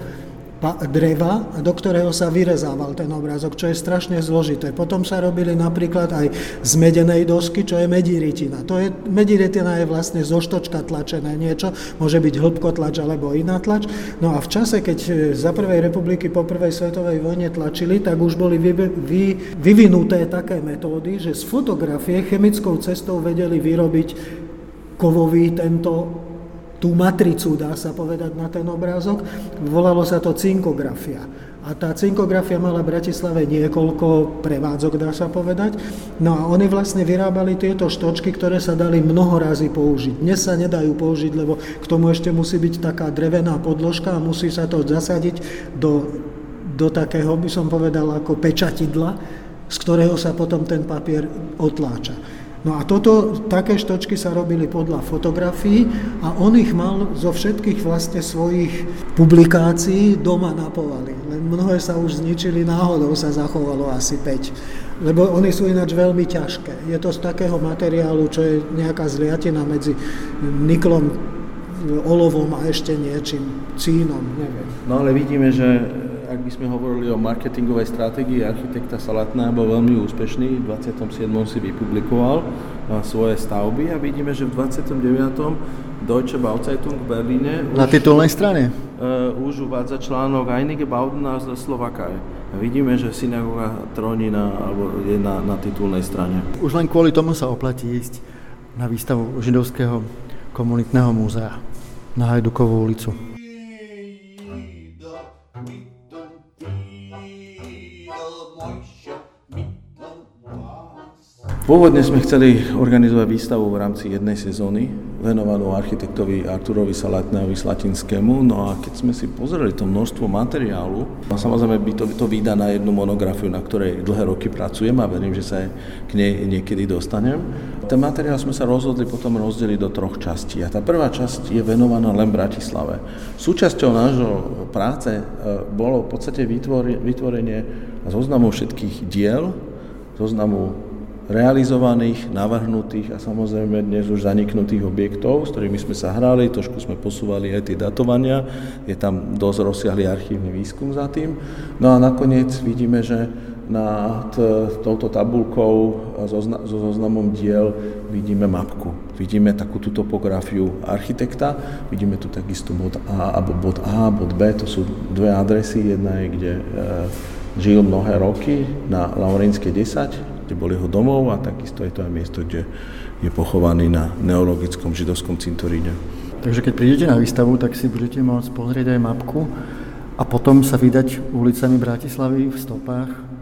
dreva, do ktorého sa vyrezával ten obrázok, čo je strašne zložité. Potom sa robili napríklad aj z medenej dosky, čo je mediritina. Mediritina je vlastne zo štočka tlačené niečo, môže byť hĺbkotlač alebo iná tlač. No a v čase, keď za prvej republiky po prvej svetovej vojne tlačili, tak už boli vyvinuté také metódy, že z fotografie chemickou cestou vedeli vyrobiť kovový tú matricu, dá sa povedať, na ten obrázok. Volalo sa to cinkografia. A tá cinkografia mala v Bratislave niekoľko prevádzok, dá sa povedať. No a oni vlastne vyrábali tieto štočky, ktoré sa dali mnoho razy použiť. Dnes sa nedajú použiť, lebo k tomu ešte musí byť taká drevená podložka a musí sa to zasadiť do takého, by som povedal, ako pečatidla, z ktorého sa potom ten papier otláča. No a také štočky sa robili podľa fotografií a on ich mal zo všetkých vlastne svojich publikácií doma na povali. Len mnohé sa už zničili, náhodou sa zachovalo asi 5. Lebo oni sú ináč veľmi ťažké. Je to z takého materiálu, čo je nejaká zliatina medzi niklom, olovom a ešte niečím, cínom, neviem. No ale vidíme, že ak by sme hovorili o marketingovej stratégii architekta Salatného, bol veľmi úspešný. V 27. si vypublikoval svoje stavby a vidíme, že v 29. Deutsche Bauzeitung v Berlíne na titulnej strane už uvádza článok Einige Bauten aus der Slowakei. A vidíme, že synagóga tróni je na titulnej strane. Už len kvôli tomu sa oplatí ísť na výstavu Židovského komunitného múzea na Hajdukovú ulicu. Pôvodne sme chceli organizovať výstavu v rámci jednej sezóny, venovanú architektovi Arturovi Salatnému Slatinskému. No a keď sme si pozreli to množstvo materiálu, a samozrejme by to vydá na jednu monografiu, na ktorej dlhé roky pracujem a verím, že sa k nej niekedy dostanem. Ten materiál sme sa rozhodli potom rozdeliť do 3 častí. A tá prvá časť je venovaná len Bratislave. Súčasťou nášho práce bolo v podstate vytvorenie zoznamu všetkých diel, zoznamu realizovaných, navrhnutých a samozrejme dnes už zaniknutých objektov, s ktorými sme sa hrali, trošku sme posúvali aj tie datovania, je tam dosť rozsiahlý archívny výskum za tým. No a nakoniec vidíme, že nad touto tabuľkou so zoznamom diel vidíme mapku. Vidíme takú tú topografiu architekta, vidíme tu takisto bod A alebo bod A, bod B, to sú 2 adresy, jedna je, kde žil mnohé roky na Laurínskej 10, kde bol jeho domov a takisto je to aj miesto, kde je pochovaný na neologickom židovskom cintoríne. Takže keď prídete na výstavu, tak si budete môcť pozrieť aj mapku a potom sa vydať ulicami Bratislavy v stopách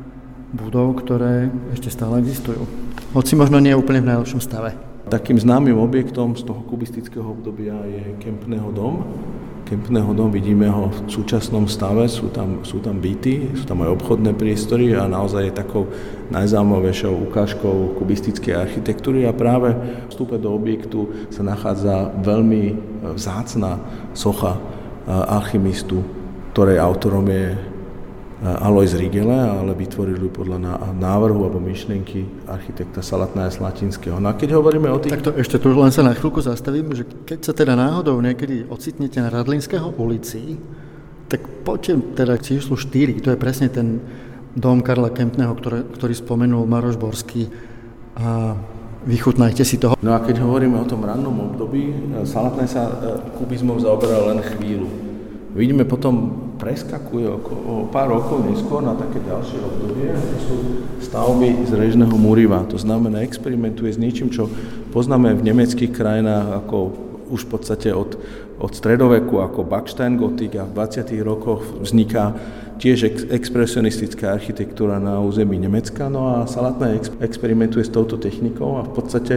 budov, ktoré ešte stále existujú. Hoci možno nie je úplne v najlepšom stave. Takým známym objektom z toho kubistického obdobia je Kempného dom. Kempného dom, vidíme ho v súčasnom stave, sú tam byty, sú tam aj obchodné priestory a naozaj je takou najzaujímavejšou ukážkou kubistickej architektúry a práve v vstupe do objektu sa nachádza veľmi vzácna socha alchymistu, ktorej autorom je Alois Rigele, ale vytvorili ju podľa návrhu alebo myšlienky architekta Salatnaja Slatinského. No a keď hovoríme o tých... Takto ešte tu len sa na chvíľku zastavím, že keď sa teda náhodou niekedy ocitnete na Radlinského ulici, tak poďte teda k číslu 4, to je presne ten dom Karla Kempného, ktorý spomenul Maroš Borský a vychutnajte si toho. No a keď hovoríme o tom rannom období, Salatnaj sa kubizmom zaoberal len chvíľu. Vidíme potom preskakuje o pár rokov neskôr na také ďalšie obdobie. To sú stavby z režného múriva. To znamená, experimentuje s niečím, čo poznáme v nemeckých krajinách ako už v podstate od stredoveku ako Backsteingotik a v 20. rokoch vzniká tiež expresionistická architektúra na území Nemecka. No a Salatnaj experimentuje s touto technikou a v podstate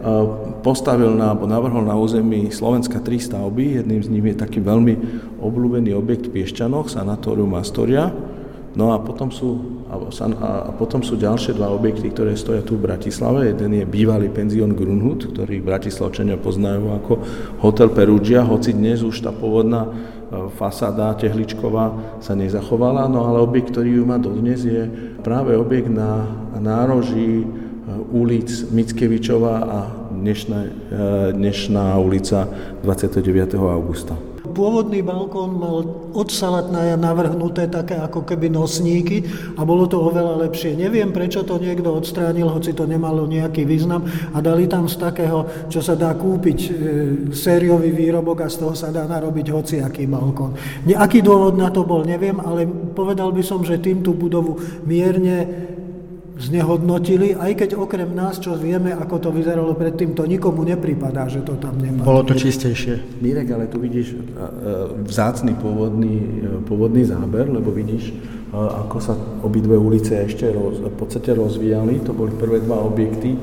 navrhol na území Slovenska 3 stavby. Jedným z nich je taký veľmi obľúbený objekt v Piešťanoch, Sanatórium Astoria. No a potom sú ďalšie 2 objekty, ktoré stoja tu v Bratislave. Jeden je bývalý penzión Grunhut, ktorý Bratislavčania poznajú ako Hotel Perugia, hoci dnes už tá pôvodná fasáda tehličková sa nezachovala, no ale objekt, ktorý ju má dodnes, je práve objekt na nároží ulic Mickevičova a dnešná ulica 29. augusta. Pôvodný balkón mal od Salatnaja navrhnuté také ako keby nosníky a bolo to oveľa lepšie. Neviem, prečo to niekto odstránil, hoci to nemalo nejaký význam a dali tam z takého, čo sa dá kúpiť sériový výrobok a z toho sa dá narobiť hociaký balkón. Aký dôvod na to bol, neviem, ale povedal by som, že tým tú budovu mierne znehodnotili, aj keď okrem nás, čo vieme, ako to vyzeralo predtým, to nikomu nepripadá, že to tam nemá. Bolo to čistejšie. Mirek, ale tu vidíš vzácny pôvodný záber, lebo vidíš, ako sa obidve ulice ešte v podstate rozvíjali. To boli prvé 2 objekty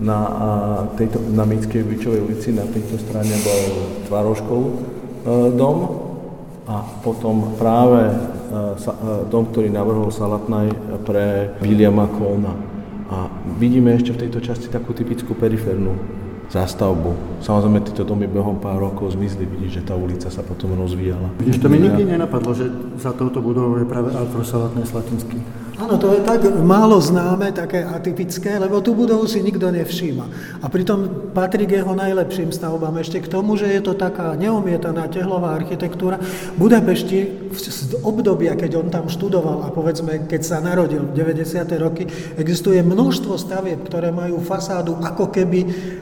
na Mickiewiczowej ulici. Na tejto strane bol Tvaroškov dom a potom práve dom, ktorý navrhol Salatnaj pre Williama Kohna. A vidíme ešte v tejto časti takú typickú periférnu zástavbu. Samozrejme, tieto domy behom pár rokov zmizli, vidíš, že tá ulica sa potom rozvíjala. Vidíš, to mi nikdy nenapadlo, že za touto budovou je práve Alfred Salatnaj Slatinský. Áno, to je tak málo známe, také atypické, lebo tú budovu si nikto nevšíma. A pritom patrí k jeho najlepším stavbám. Ešte k tomu, že je to taká neomietaná tehlová architektúra. V Budapešti z obdobia, keď on tam študoval a povedzme, keď sa narodil v 90. roky, existuje množstvo stavieb, ktoré majú fasádu ako keby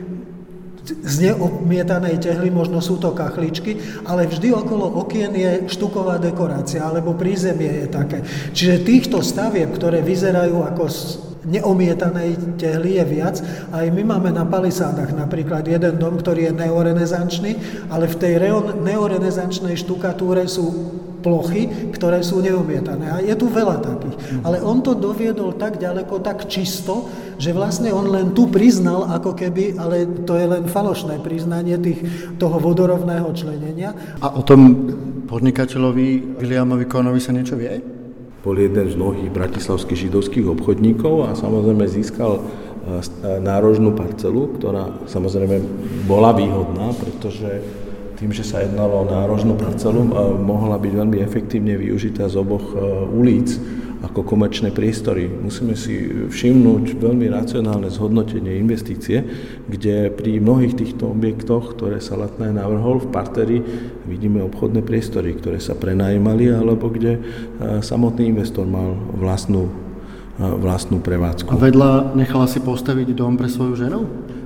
z neomietanej tehly, možno sú to kachličky, ale vždy okolo okien je štuková dekorácia, alebo prízemie je také. Čiže týchto stavieb, ktoré vyzerajú ako z neomietanej tehly, je viac. Aj my máme na palisádach napríklad jeden dom, ktorý je neorenesančný, ale v tej neorenesančnej štukatúre sú plochy, ktoré sú neomietané. A je tu veľa takých. Ale on to doviedol tak ďaleko, tak čisto, že vlastne on len tu priznal, ako keby, ale to je len falošné priznanie toho vodorovného členenia. A o tom podnikateľovi Williamovi Kohnovi sa niečo vie? Bol jeden z mnohých bratislavských židovských obchodníkov a samozrejme získal nárožnú parcelu, ktorá samozrejme bola výhodná, pretože tým, že sa jednalo o nárožnú parcelu, mohla byť veľmi efektívne využitá z oboch ulic ako komerčné priestory. Musíme si všimnúť veľmi racionálne zhodnotenie investície, kde pri mnohých týchto objektoch, ktoré Salatnaj navrhol v parteri, vidíme obchodné priestory, ktoré sa prenajímali, alebo kde samotný investor mal vlastnú prevádzku. A vedľa nechala si postaviť dom pre svoju ženu?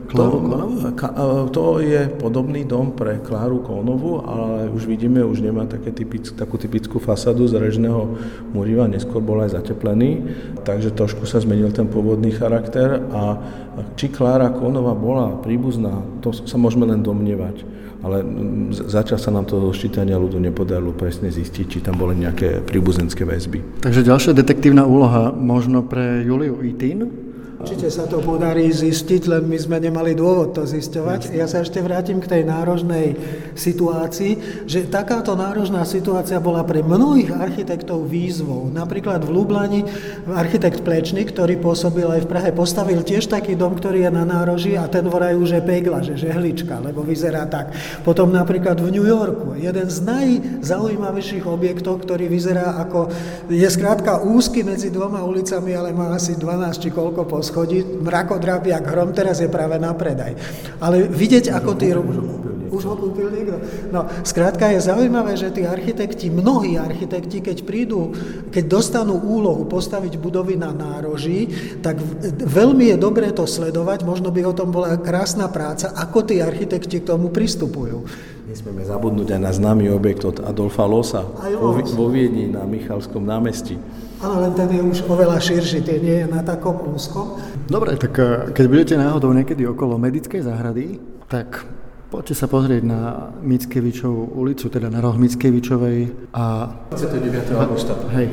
Kláru Kónovú? To je podobný dom pre Kláru Kónovú, ale už vidíme, už nemá takú typickú fasadu z režného múriva, neskôr bol aj zateplený, takže trošku sa zmenil ten pôvodný charakter a či Klára Kónová bola príbuzná, to sa môžeme len domnievať. Ale zatiaľ sa nám to zo ščítania ľudu nepodarilo presne zistiť, či tam boli nejaké príbuzenské väzby. Takže ďalšia detektívna úloha možno pre Juliu Itín? Určite sa to podarí zistiť, len my sme nemali dôvod to zisťovať. Ja sa ešte vrátim k tej nárožnej situácii, že takáto nárožná situácia bola pre mnohých architektov výzvou. Napríklad v Lublani architekt Plečnik, ktorý pôsobil aj v Prahe, postavil tiež taký dom, ktorý je na nároží a ten voraj už je pegla, že žehlička, lebo vyzerá tak. Potom napríklad v New Yorku, jeden z najzaujímavejších objektov, ktorý vyzerá ako, je skrátka úzky medzi dvoma ulicami, ale má asi 12 či koľko poschodí, mrakodrap jak hrom, teraz je práve na predaj. Ale vidieť, ako tí... Už ho kúpil niekto? No, skrátka je zaujímavé, že tí architekti, mnohí architekti, keď dostanú úlohu postaviť budovy na nároží, tak veľmi je dobré to sledovať, možno by o tom bola krásna práca, ako tí architekti k tomu pristupujú. Nesmieme zabudnúť aj na známy objekt od Adolfa Lohsa vo Viedni na Michalskom námestí. Áno, len ten je už oveľa širší, ten nie je na takom úzkom. Dobre, tak keď budete náhodou niekedy okolo Medickej záhrady, tak poďte sa pozrieť na Mickiewiczovu ulicu, teda na roh Mickiewiczowej a... 29. augusta. Hej.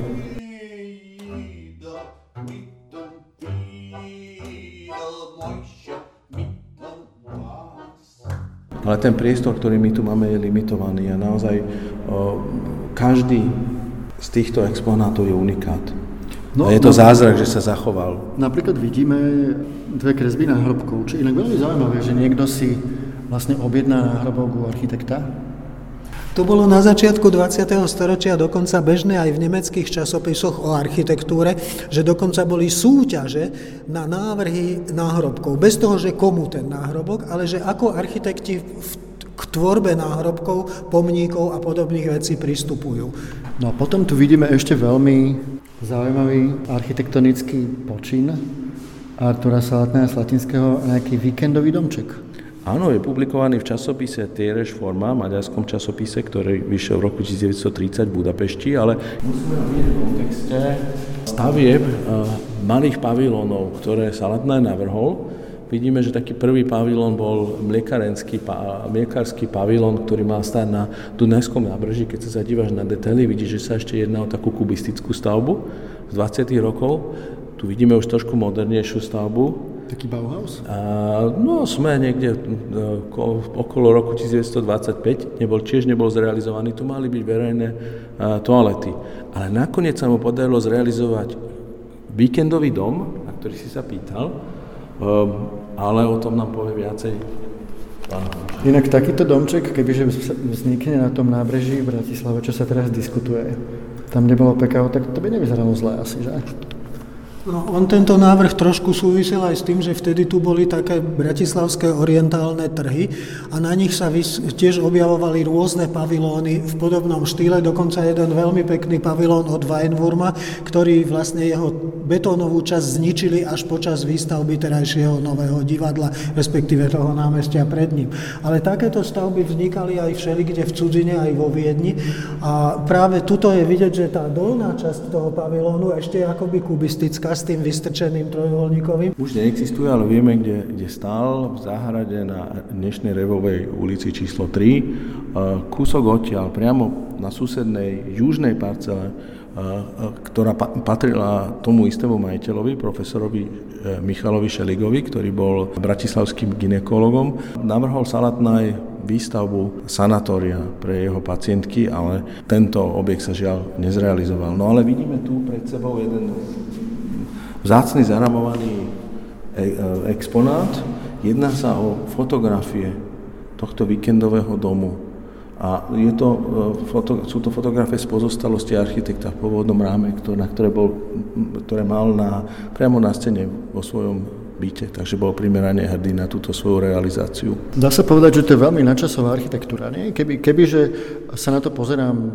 Ale ten priestor, ktorý my tu máme, je limitovaný a naozaj každý z týchto exponátov je unikát. No, a je to zázrak, že sa zachoval. Napríklad vidíme dve kresby náhrobkov, čo inak veľmi zaujímavé, že niekto si vlastne objedná náhrobok u architekta. To bolo na začiatku 20. storočia dokonca bežné aj v nemeckých časopisoch o architektúre, že dokonca boli súťaže na návrhy náhrobkov. Bez toho, že komu ten náhrobok, ale že ako architekti k tvorbe náhrobkov, pomníkov a podobných vecí pristupujú. No a potom tu vidíme ešte veľmi zaujímavý architektonický počin Artura Salatného Slatinského, nejaký víkendový domček. Áno, je publikovaný v časopise Téreš Forma, maďarskom časopise, ktorý vyšiel v roku 1930 v Budapešti, ale musíme vidieť v kontexte stavieb malých pavilónov, ktoré Salatný navrhol. Vidíme, že taký prvý pavilón bol mliekarský pavilón, ktorý mal stáť na Dunajskom nábreží. Keď sa zadívaš na detaily, vidíš, že sa ešte jedná o takú kubistickú stavbu z 20. rokov. Tu vidíme už trošku modernejšiu stavbu. Taký Bauhaus? No, sme niekde okolo roku 1925, tiež nebol zrealizovaný, tu mali byť verejné toalety. Ale nakoniec sa mu podarilo zrealizovať víkendový dom, na ktorý si sa pýtal, ale o tom nám povie viacej. Inak takýto domček, kebyže vznikne na tom nábreží v Bratislave, čo sa teraz diskutuje, tam nebolo PKO, tak to by nevyzeralo zle asi, že? No, on tento návrh trošku súvisel aj s tým, že vtedy tu boli také bratislavské orientálne trhy a na nich sa tiež objavovali rôzne pavilóny v podobnom štýle, dokonca jeden veľmi pekný pavilón od Weinwurma, ktorý vlastne jeho betónovú časť zničili až počas výstavby terajšieho nového divadla, respektíve toho námestia pred ním. Ale takéto stavby vznikali aj všelikde v cudzine, aj vo Viedni a práve tuto je vidieť, že tá dolná časť toho pavilónu ešte je akoby kubistická, s tým vystrčeným trojuholníkovým. Už neexistuje, ale vieme, kde stál, v záhrade na dnešnej Revovej ulici číslo 3. Kúsok odtiaľ, priamo na susednej južnej parcele, ktorá patrila tomu istému majiteľovi, profesorovi Michalovi Šeligovi, ktorý bol bratislavským gynekologom, navrhol Salatný výstavbu sanatória pre jeho pacientky, ale tento objekt sa žiaľ nezrealizoval. No ale vidíme tu pred sebou jeden vzácny zaramovaný exponát. Jedná sa o fotografie tohto víkendového domu. A sú to fotografie z pozostalosti architekta v pôvodnom ráme, ktoré mal priamo na scéne vo svojom byte, takže bol primerane hrdý na túto svoju realizáciu. Dá sa povedať, že to je veľmi nadčasová architektúra, nie? Kebyže sa na to pozerám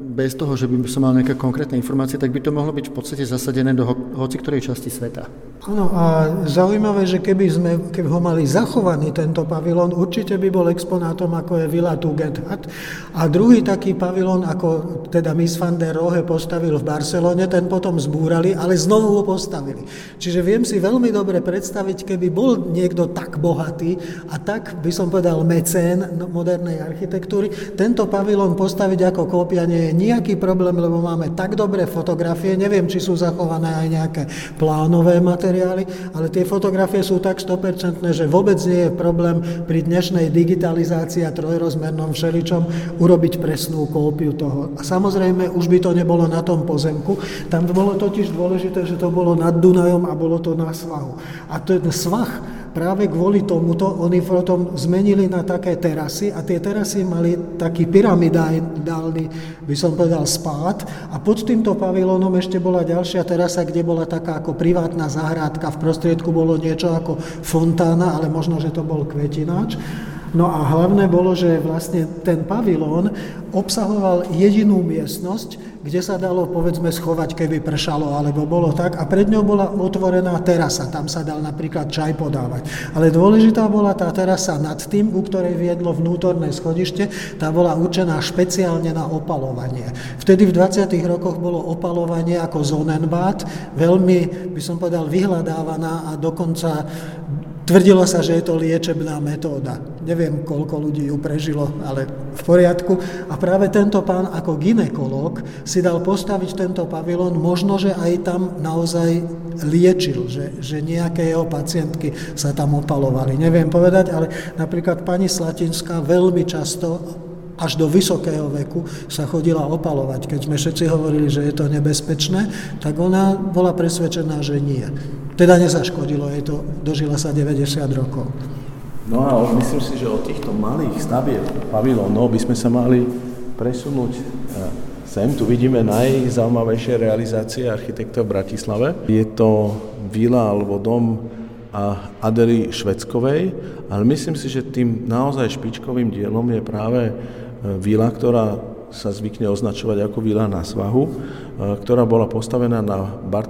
bez toho, že by som mal nejaké konkrétne informácie, tak by to mohlo byť v podstate zasadené do hoci ktorej časti sveta. Áno, a zaujímavé, že keby ho mali zachovaný tento pavilón, určite by bol exponátom, ako je Villa Tugendhat. A druhý taký pavilón, ako teda Mies van der Rohe postavil v Barcelone, ten potom zbúrali, ale znovu ho postavili. Čiže viem si veľmi dobre predstaviť, keby bol niekto tak bohatý a tak, by som povedal, mecén modernej architektúry, tento pavilón postaviť ako kópia nie je nejaký problém, lebo máme tak dobré fotografie, neviem, či sú zachované aj nejaké plánové materiály, ale tie fotografie sú tak 100%, že vôbec nie je problém pri dnešnej digitalizácii a trojrozmernom všeličom urobiť presnú kópiu toho. A samozrejme, už by to nebolo na tom pozemku, tam bolo totiž dôležité, že to bolo nad Dunajom a bolo to na svahu. A ten svah práve kvôli tomuto oni potom zmenili na také terasy a tie terasy mali taký pyramidálny, by som povedal, spád a pod týmto pavilónom ešte bola ďalšia terasa, kde bola taká ako privátna záhradka, v prostriedku bolo niečo ako fontána, ale možno, že to bol kvetináč. No a hlavné bolo, že vlastne ten pavilón obsahoval jedinú miestnosť, kde sa dalo, povedzme, schovať, keby pršalo, alebo bolo tak. A pred ňou bola otvorená terasa, tam sa dal napríklad čaj podávať. Ale dôležitá bola tá terasa nad tým, ku ktorej viedlo vnútorné schodište, tá bola určená špeciálne na opalovanie. Vtedy v 20. rokoch bolo opalovanie ako Sonnenbad, veľmi, by som povedal, vyhľadávaná a dokonca tvrdilo sa, že je to liečebná metóda. Neviem, koľko ľudí ju prežilo, ale v poriadku. A práve tento pán ako gynekológ si dal postaviť tento pavilón, možno, že aj tam naozaj liečil, že nejaké jeho pacientky sa tam opalovali. Neviem povedať, ale napríklad pani Slatinská veľmi často až do vysokého veku sa chodila opalovať. Keď sme všetci hovorili, že je to nebezpečné, tak ona bola presvedčená, že nie. Teda nezaškodilo jej to, dožila sa 90 rokov. No a myslím si, že od týchto malých stavieb pavilónov by sme sa mali presunúť sem. Tu vidíme najzaujímavejšie realizácie architektov v Bratislave. Je to vila alebo dom Adely Šveckovej, ale myslím si, že tým naozaj špičkovým dielom je práve vila, ktorá sa zvykne označovať ako vila na svahu, ktorá bola postavená na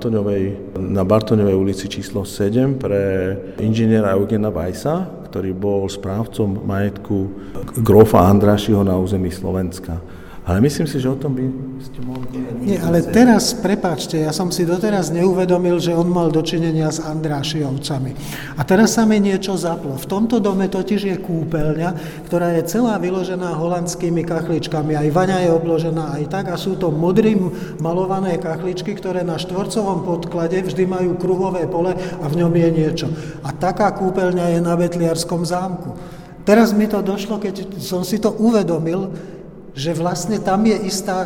Bartoňovej ulici číslo 7 pre inžiniera Eugena Weissa, ktorý bol správcom majetku grófa Andrášiho na území Slovenska. Ale myslím si, že o tom by ste mohli... Nie, ale teraz, prepáčte, ja som si doteraz neuvedomil, že on mal dočinenia s Andrášiovcami. A teraz sa mi niečo zaplo. V tomto dome totiž je kúpeľňa, ktorá je celá vyložená holandskými kachličkami. Aj vaňa je obložená aj tak a sú to modrým malované kachličky, ktoré na štvorcovom podklade vždy majú kruhové pole a v ňom je niečo. A taká kúpeľňa je na Betliarskom zámku. Teraz mi to došlo, keď som si to uvedomil, že vlastne tam je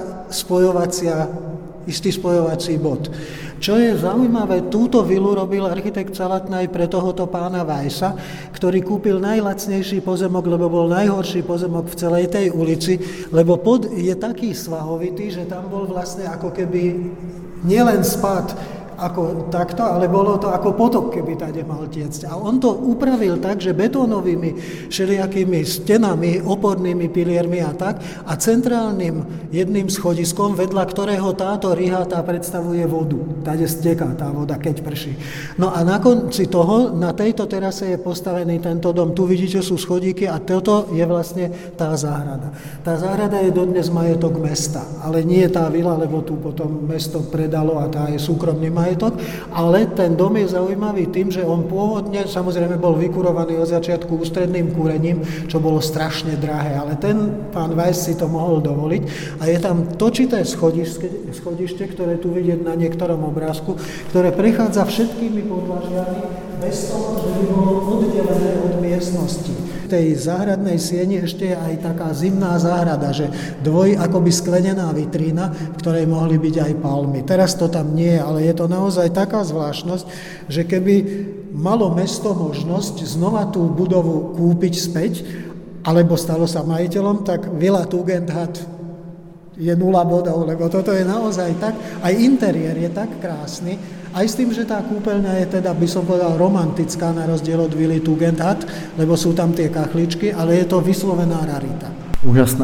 istý spojovací bod. Čo je zaujímavé, túto vilu robil architekt Salatnaj pre tohoto pána Weissa, ktorý kúpil najlacnejší pozemok, lebo bol najhorší pozemok v celej tej ulici, lebo pod je taký svahovitý, že tam bol vlastne ako keby nielen spád ako takto, ale bolo to ako potok, keby tade mal tiecť. A on to upravil tak, že betónovými všelijakými stenami, opornými piliermi a tak, a centrálnym jedným schodiskom, vedľa ktorého táto rihata predstavuje vodu. Tade steká tá voda, keď prší. No a na konci toho, na tejto terase je postavený tento dom. Tu vidíte, sú schodíky a toto je vlastne tá záhrada. Tá záhrada je dodnes majetok mesta, ale nie tá vila, lebo tu potom mesto predalo a tá je súkromný majetok, ale ten dom je zaujímavý tým, že on pôvodne, samozrejme, bol vykurovaný od začiatku ústredným kúrením, čo bolo strašne drahé, ale ten pán Weiss si to mohol dovoliť a je tam točité schodište, ktoré tu vidieť na niektorom obrázku, ktoré prechádza všetkými podlažiami bez toho, že by bolo oddelené od miestnosti. V tej záhradnej sieni ešte je aj taká zimná záhrada, že akoby sklenená vitrína, v ktorej mohli byť aj palmy. Teraz to tam nie je, ale je to naozaj taká zvláštnosť, že keby malo mesto možnosť znova tú budovu kúpiť späť, alebo stalo sa majiteľom, tak Villa Tugendhat je 0 bodov, lebo toto je naozaj tak, aj interiér je tak krásny, aj s tým, že tá kúpeľňa je teda, by som povedal, romantická na rozdiel od Vily Tugendhat, lebo sú tam tie kachličky, ale je to vyslovená rarita. Úžasné.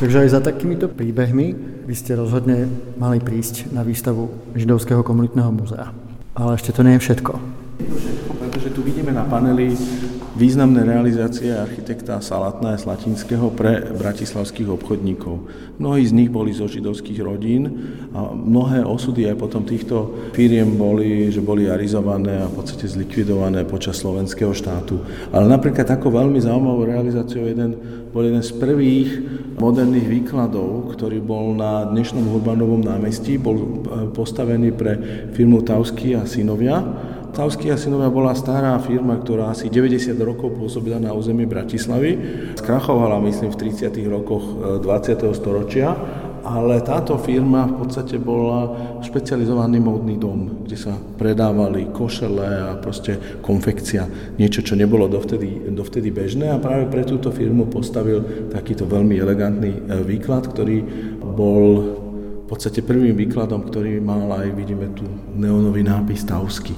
Takže aj za takýmito príbehmi by ste rozhodne mali prísť na výstavu Židovského komunitného múzea. Ale ešte to nie je všetko. Pretože tu vidíme na paneli významné realizácie architekta Salatnaja Slatinského pre bratislavských obchodníkov. Mnohí z nich boli zo židovských rodín a mnohé osudy aj potom týchto firiem boli, že boli arizované a v podstate zlikvidované počas slovenského štátu. Ale napríklad takou veľmi zaujímavou realizáciou bol jeden z prvých moderných výkladov, ktorý bol na dnešnom Urbanovom námestí, bol postavený pre firmu Tavsky a synovia. Tavsky a synovia bola stará firma, ktorá asi 90 rokov pôsobila na území Bratislavy. Skrachovala, myslím, v 30. rokoch 20. storočia, ale táto firma v podstate bola špecializovaný módny dom, kde sa predávali košele a proste konfekcia. Niečo, čo nebolo dovtedy bežné a práve pre túto firmu postavil takýto veľmi elegantný výklad, ktorý bol v podstate prvým výkladom, ktorý mal aj, vidíme tu, neonový nápis Tavsky.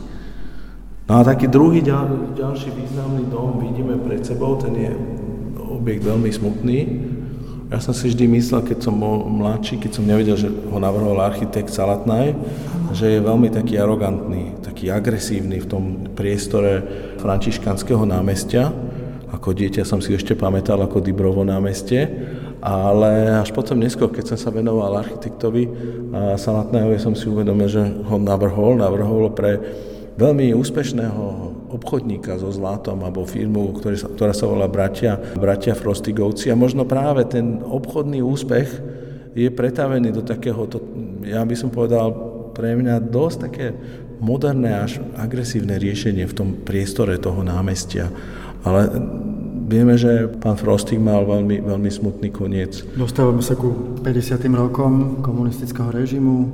No a taký druhý ďalší významný dom vidíme pred sebou, ten je objekt veľmi smutný. Ja som si vždy myslel, keď som bol mladší, keď som nevedel, že ho navrhoval architekt Salatnaj, že je veľmi taký arogantný, taký agresívny v tom priestore Františkanského námestia. Ako dieťa som si ešte pamätal ako Dybrovo námestie, ale až potom neskôr, keď som sa venoval architektovi Salatnajovi, som si uvedomil, že ho navrhol pre veľmi úspešného obchodníka so zlatom alebo firmu, ktorá sa volá bratia Frostigovci a možno práve ten obchodný úspech je pretavený do takéhoto, ja by som povedal, pre mňa dosť také moderné až agresívne riešenie v tom priestore toho námestia. Ale vieme, že pán Frostig mal veľmi, veľmi smutný koniec. Dostávame sa ku 50. rokom komunistického režimu.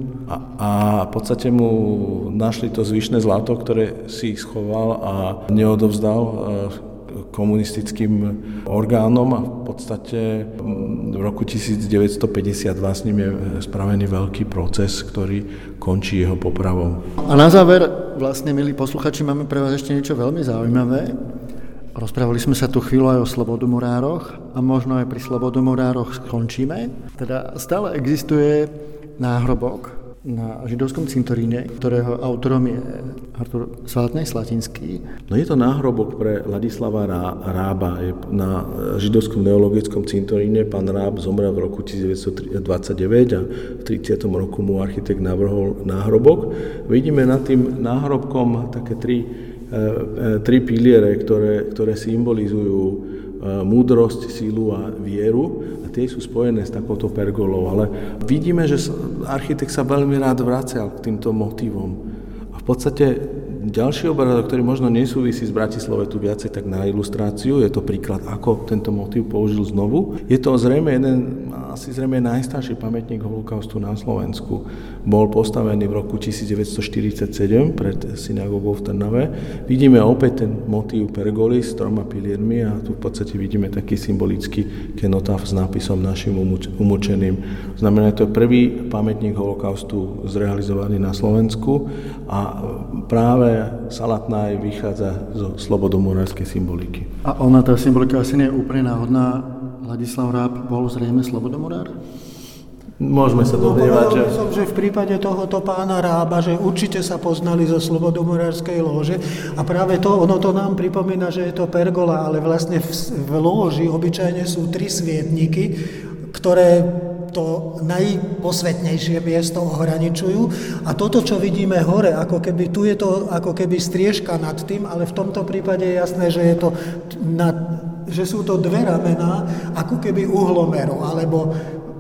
A v podstate mu našli to zvyšné zlato, ktoré si schoval a neodovzdal komunistickým orgánom a v podstate v roku 1952 s ním je spravený veľký proces, ktorý končí jeho popravou. A na záver, vlastne, milí posluchači, máme pre vás ešte niečo veľmi zaujímavé. Rozprávali sme sa tu chvíľu aj o slobodomurároch a možno aj pri slobodomurároch skončíme. Teda stále existuje náhrobok na židovskom cintoríne, ktorého autorom je Artur Salatnaj Slatinský. No je to náhrobok pre Ladislava Rába. Na židovskom neologickom cintoríne pán Ráb zomrel v roku 1929 a v 30. roku mu architekt navrhol náhrobok. Vidíme nad tým náhrobkom také tri piliere, ktoré symbolizujú múdrosť, sílu a vieru a tie sú spojené s takouto pergolou, ale vidíme, že architekt sa veľmi rád vracal k týmto motívom a v podstate ďalší obrázok, ktorý možno nesúvisí s Bratislavou, tu viacej tak na ilustráciu, je to príklad, ako tento motív použil znovu. Je to zrejme asi najstarší pamätník holokaustu na Slovensku. Bol postavený v roku 1947 pred synagógou v Trnave. Vidíme opäť ten motív pergoly s 3 piliermi a tu v podstate vidíme taký symbolický kenotaf s nápisom našim umúčeným. Znamená, to je prvý pamätník holokaustu zrealizovaný na Slovensku a práve Salatnaj vychádza zo slobodomurárskej symboliky. A ona, tá symbolika asi nie je úplne náhodná. Ladislav Ráb bol zrejme slobodomurár? Môžeme sa domnievať, že v prípade tohoto pána Rába, že určite sa poznali zo slobodomurárskej lóže a práve ono to nám pripomína, že je to pergola, ale vlastne v lóži obyčajne sú 3 svietniky, ktoré to najposvetnejšie miesto ohraničujú. A toto, čo vidíme hore, ako keby tu je to ako keby striežka nad tým, ale v tomto prípade je jasné, že je to že sú to 2 ramená, ako keby uhlomeru, alebo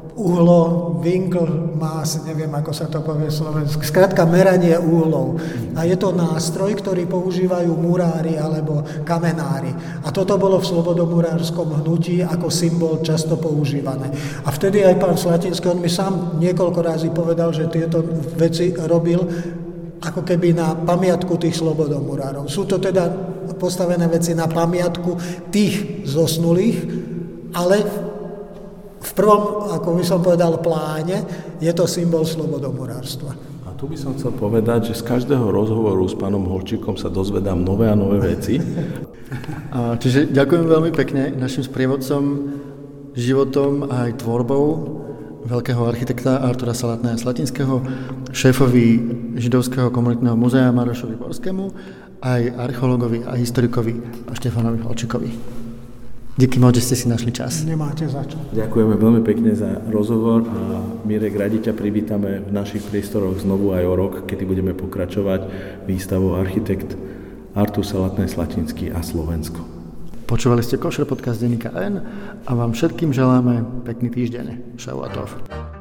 winkle má, neviem, ako sa to povie slovensky, skrátka meranie úhlov. A je to nástroj, ktorý používajú murári alebo kamenári. A toto bolo v slobodomurárskom hnutí ako symbol často používané. A vtedy aj pán Slatinský, on mi sám niekoľko razy povedal, že tieto veci robil ako keby na pamiatku tých slobodomurárov. Sú to teda postavené veci na pamiatku tých zosnulých, ale v prvom, ako by som povedal, pláne je to symbol slobodomurárstva. A tu by som chcel povedať, že z každého rozhovoru s pánom Holčíkom sa dozvedám nové a nové veci. Čiže ďakujem veľmi pekne. Našim sprievodcom životom a aj tvorbou veľkého architekta Artura Salatnaja Slatinského, šéfovi Židovského komunitného muzea Marošovi Borskému, aj archeológovi a historikovi Štefanovi Holčíkovi. Díky moc, že ste si našli čas. Nemáte za čo. Ďakujeme veľmi pekne za rozhovor a Mirek, radi ťa privítame v našich priestoroch znovu aj o rok, kedy budeme pokračovať výstavou Architekt Artur Salatnaj Slatinský a Slovensko. Počúvali ste Košer podcast denníka N a vám všetkým želáme pekný týždeň. Šavuatov.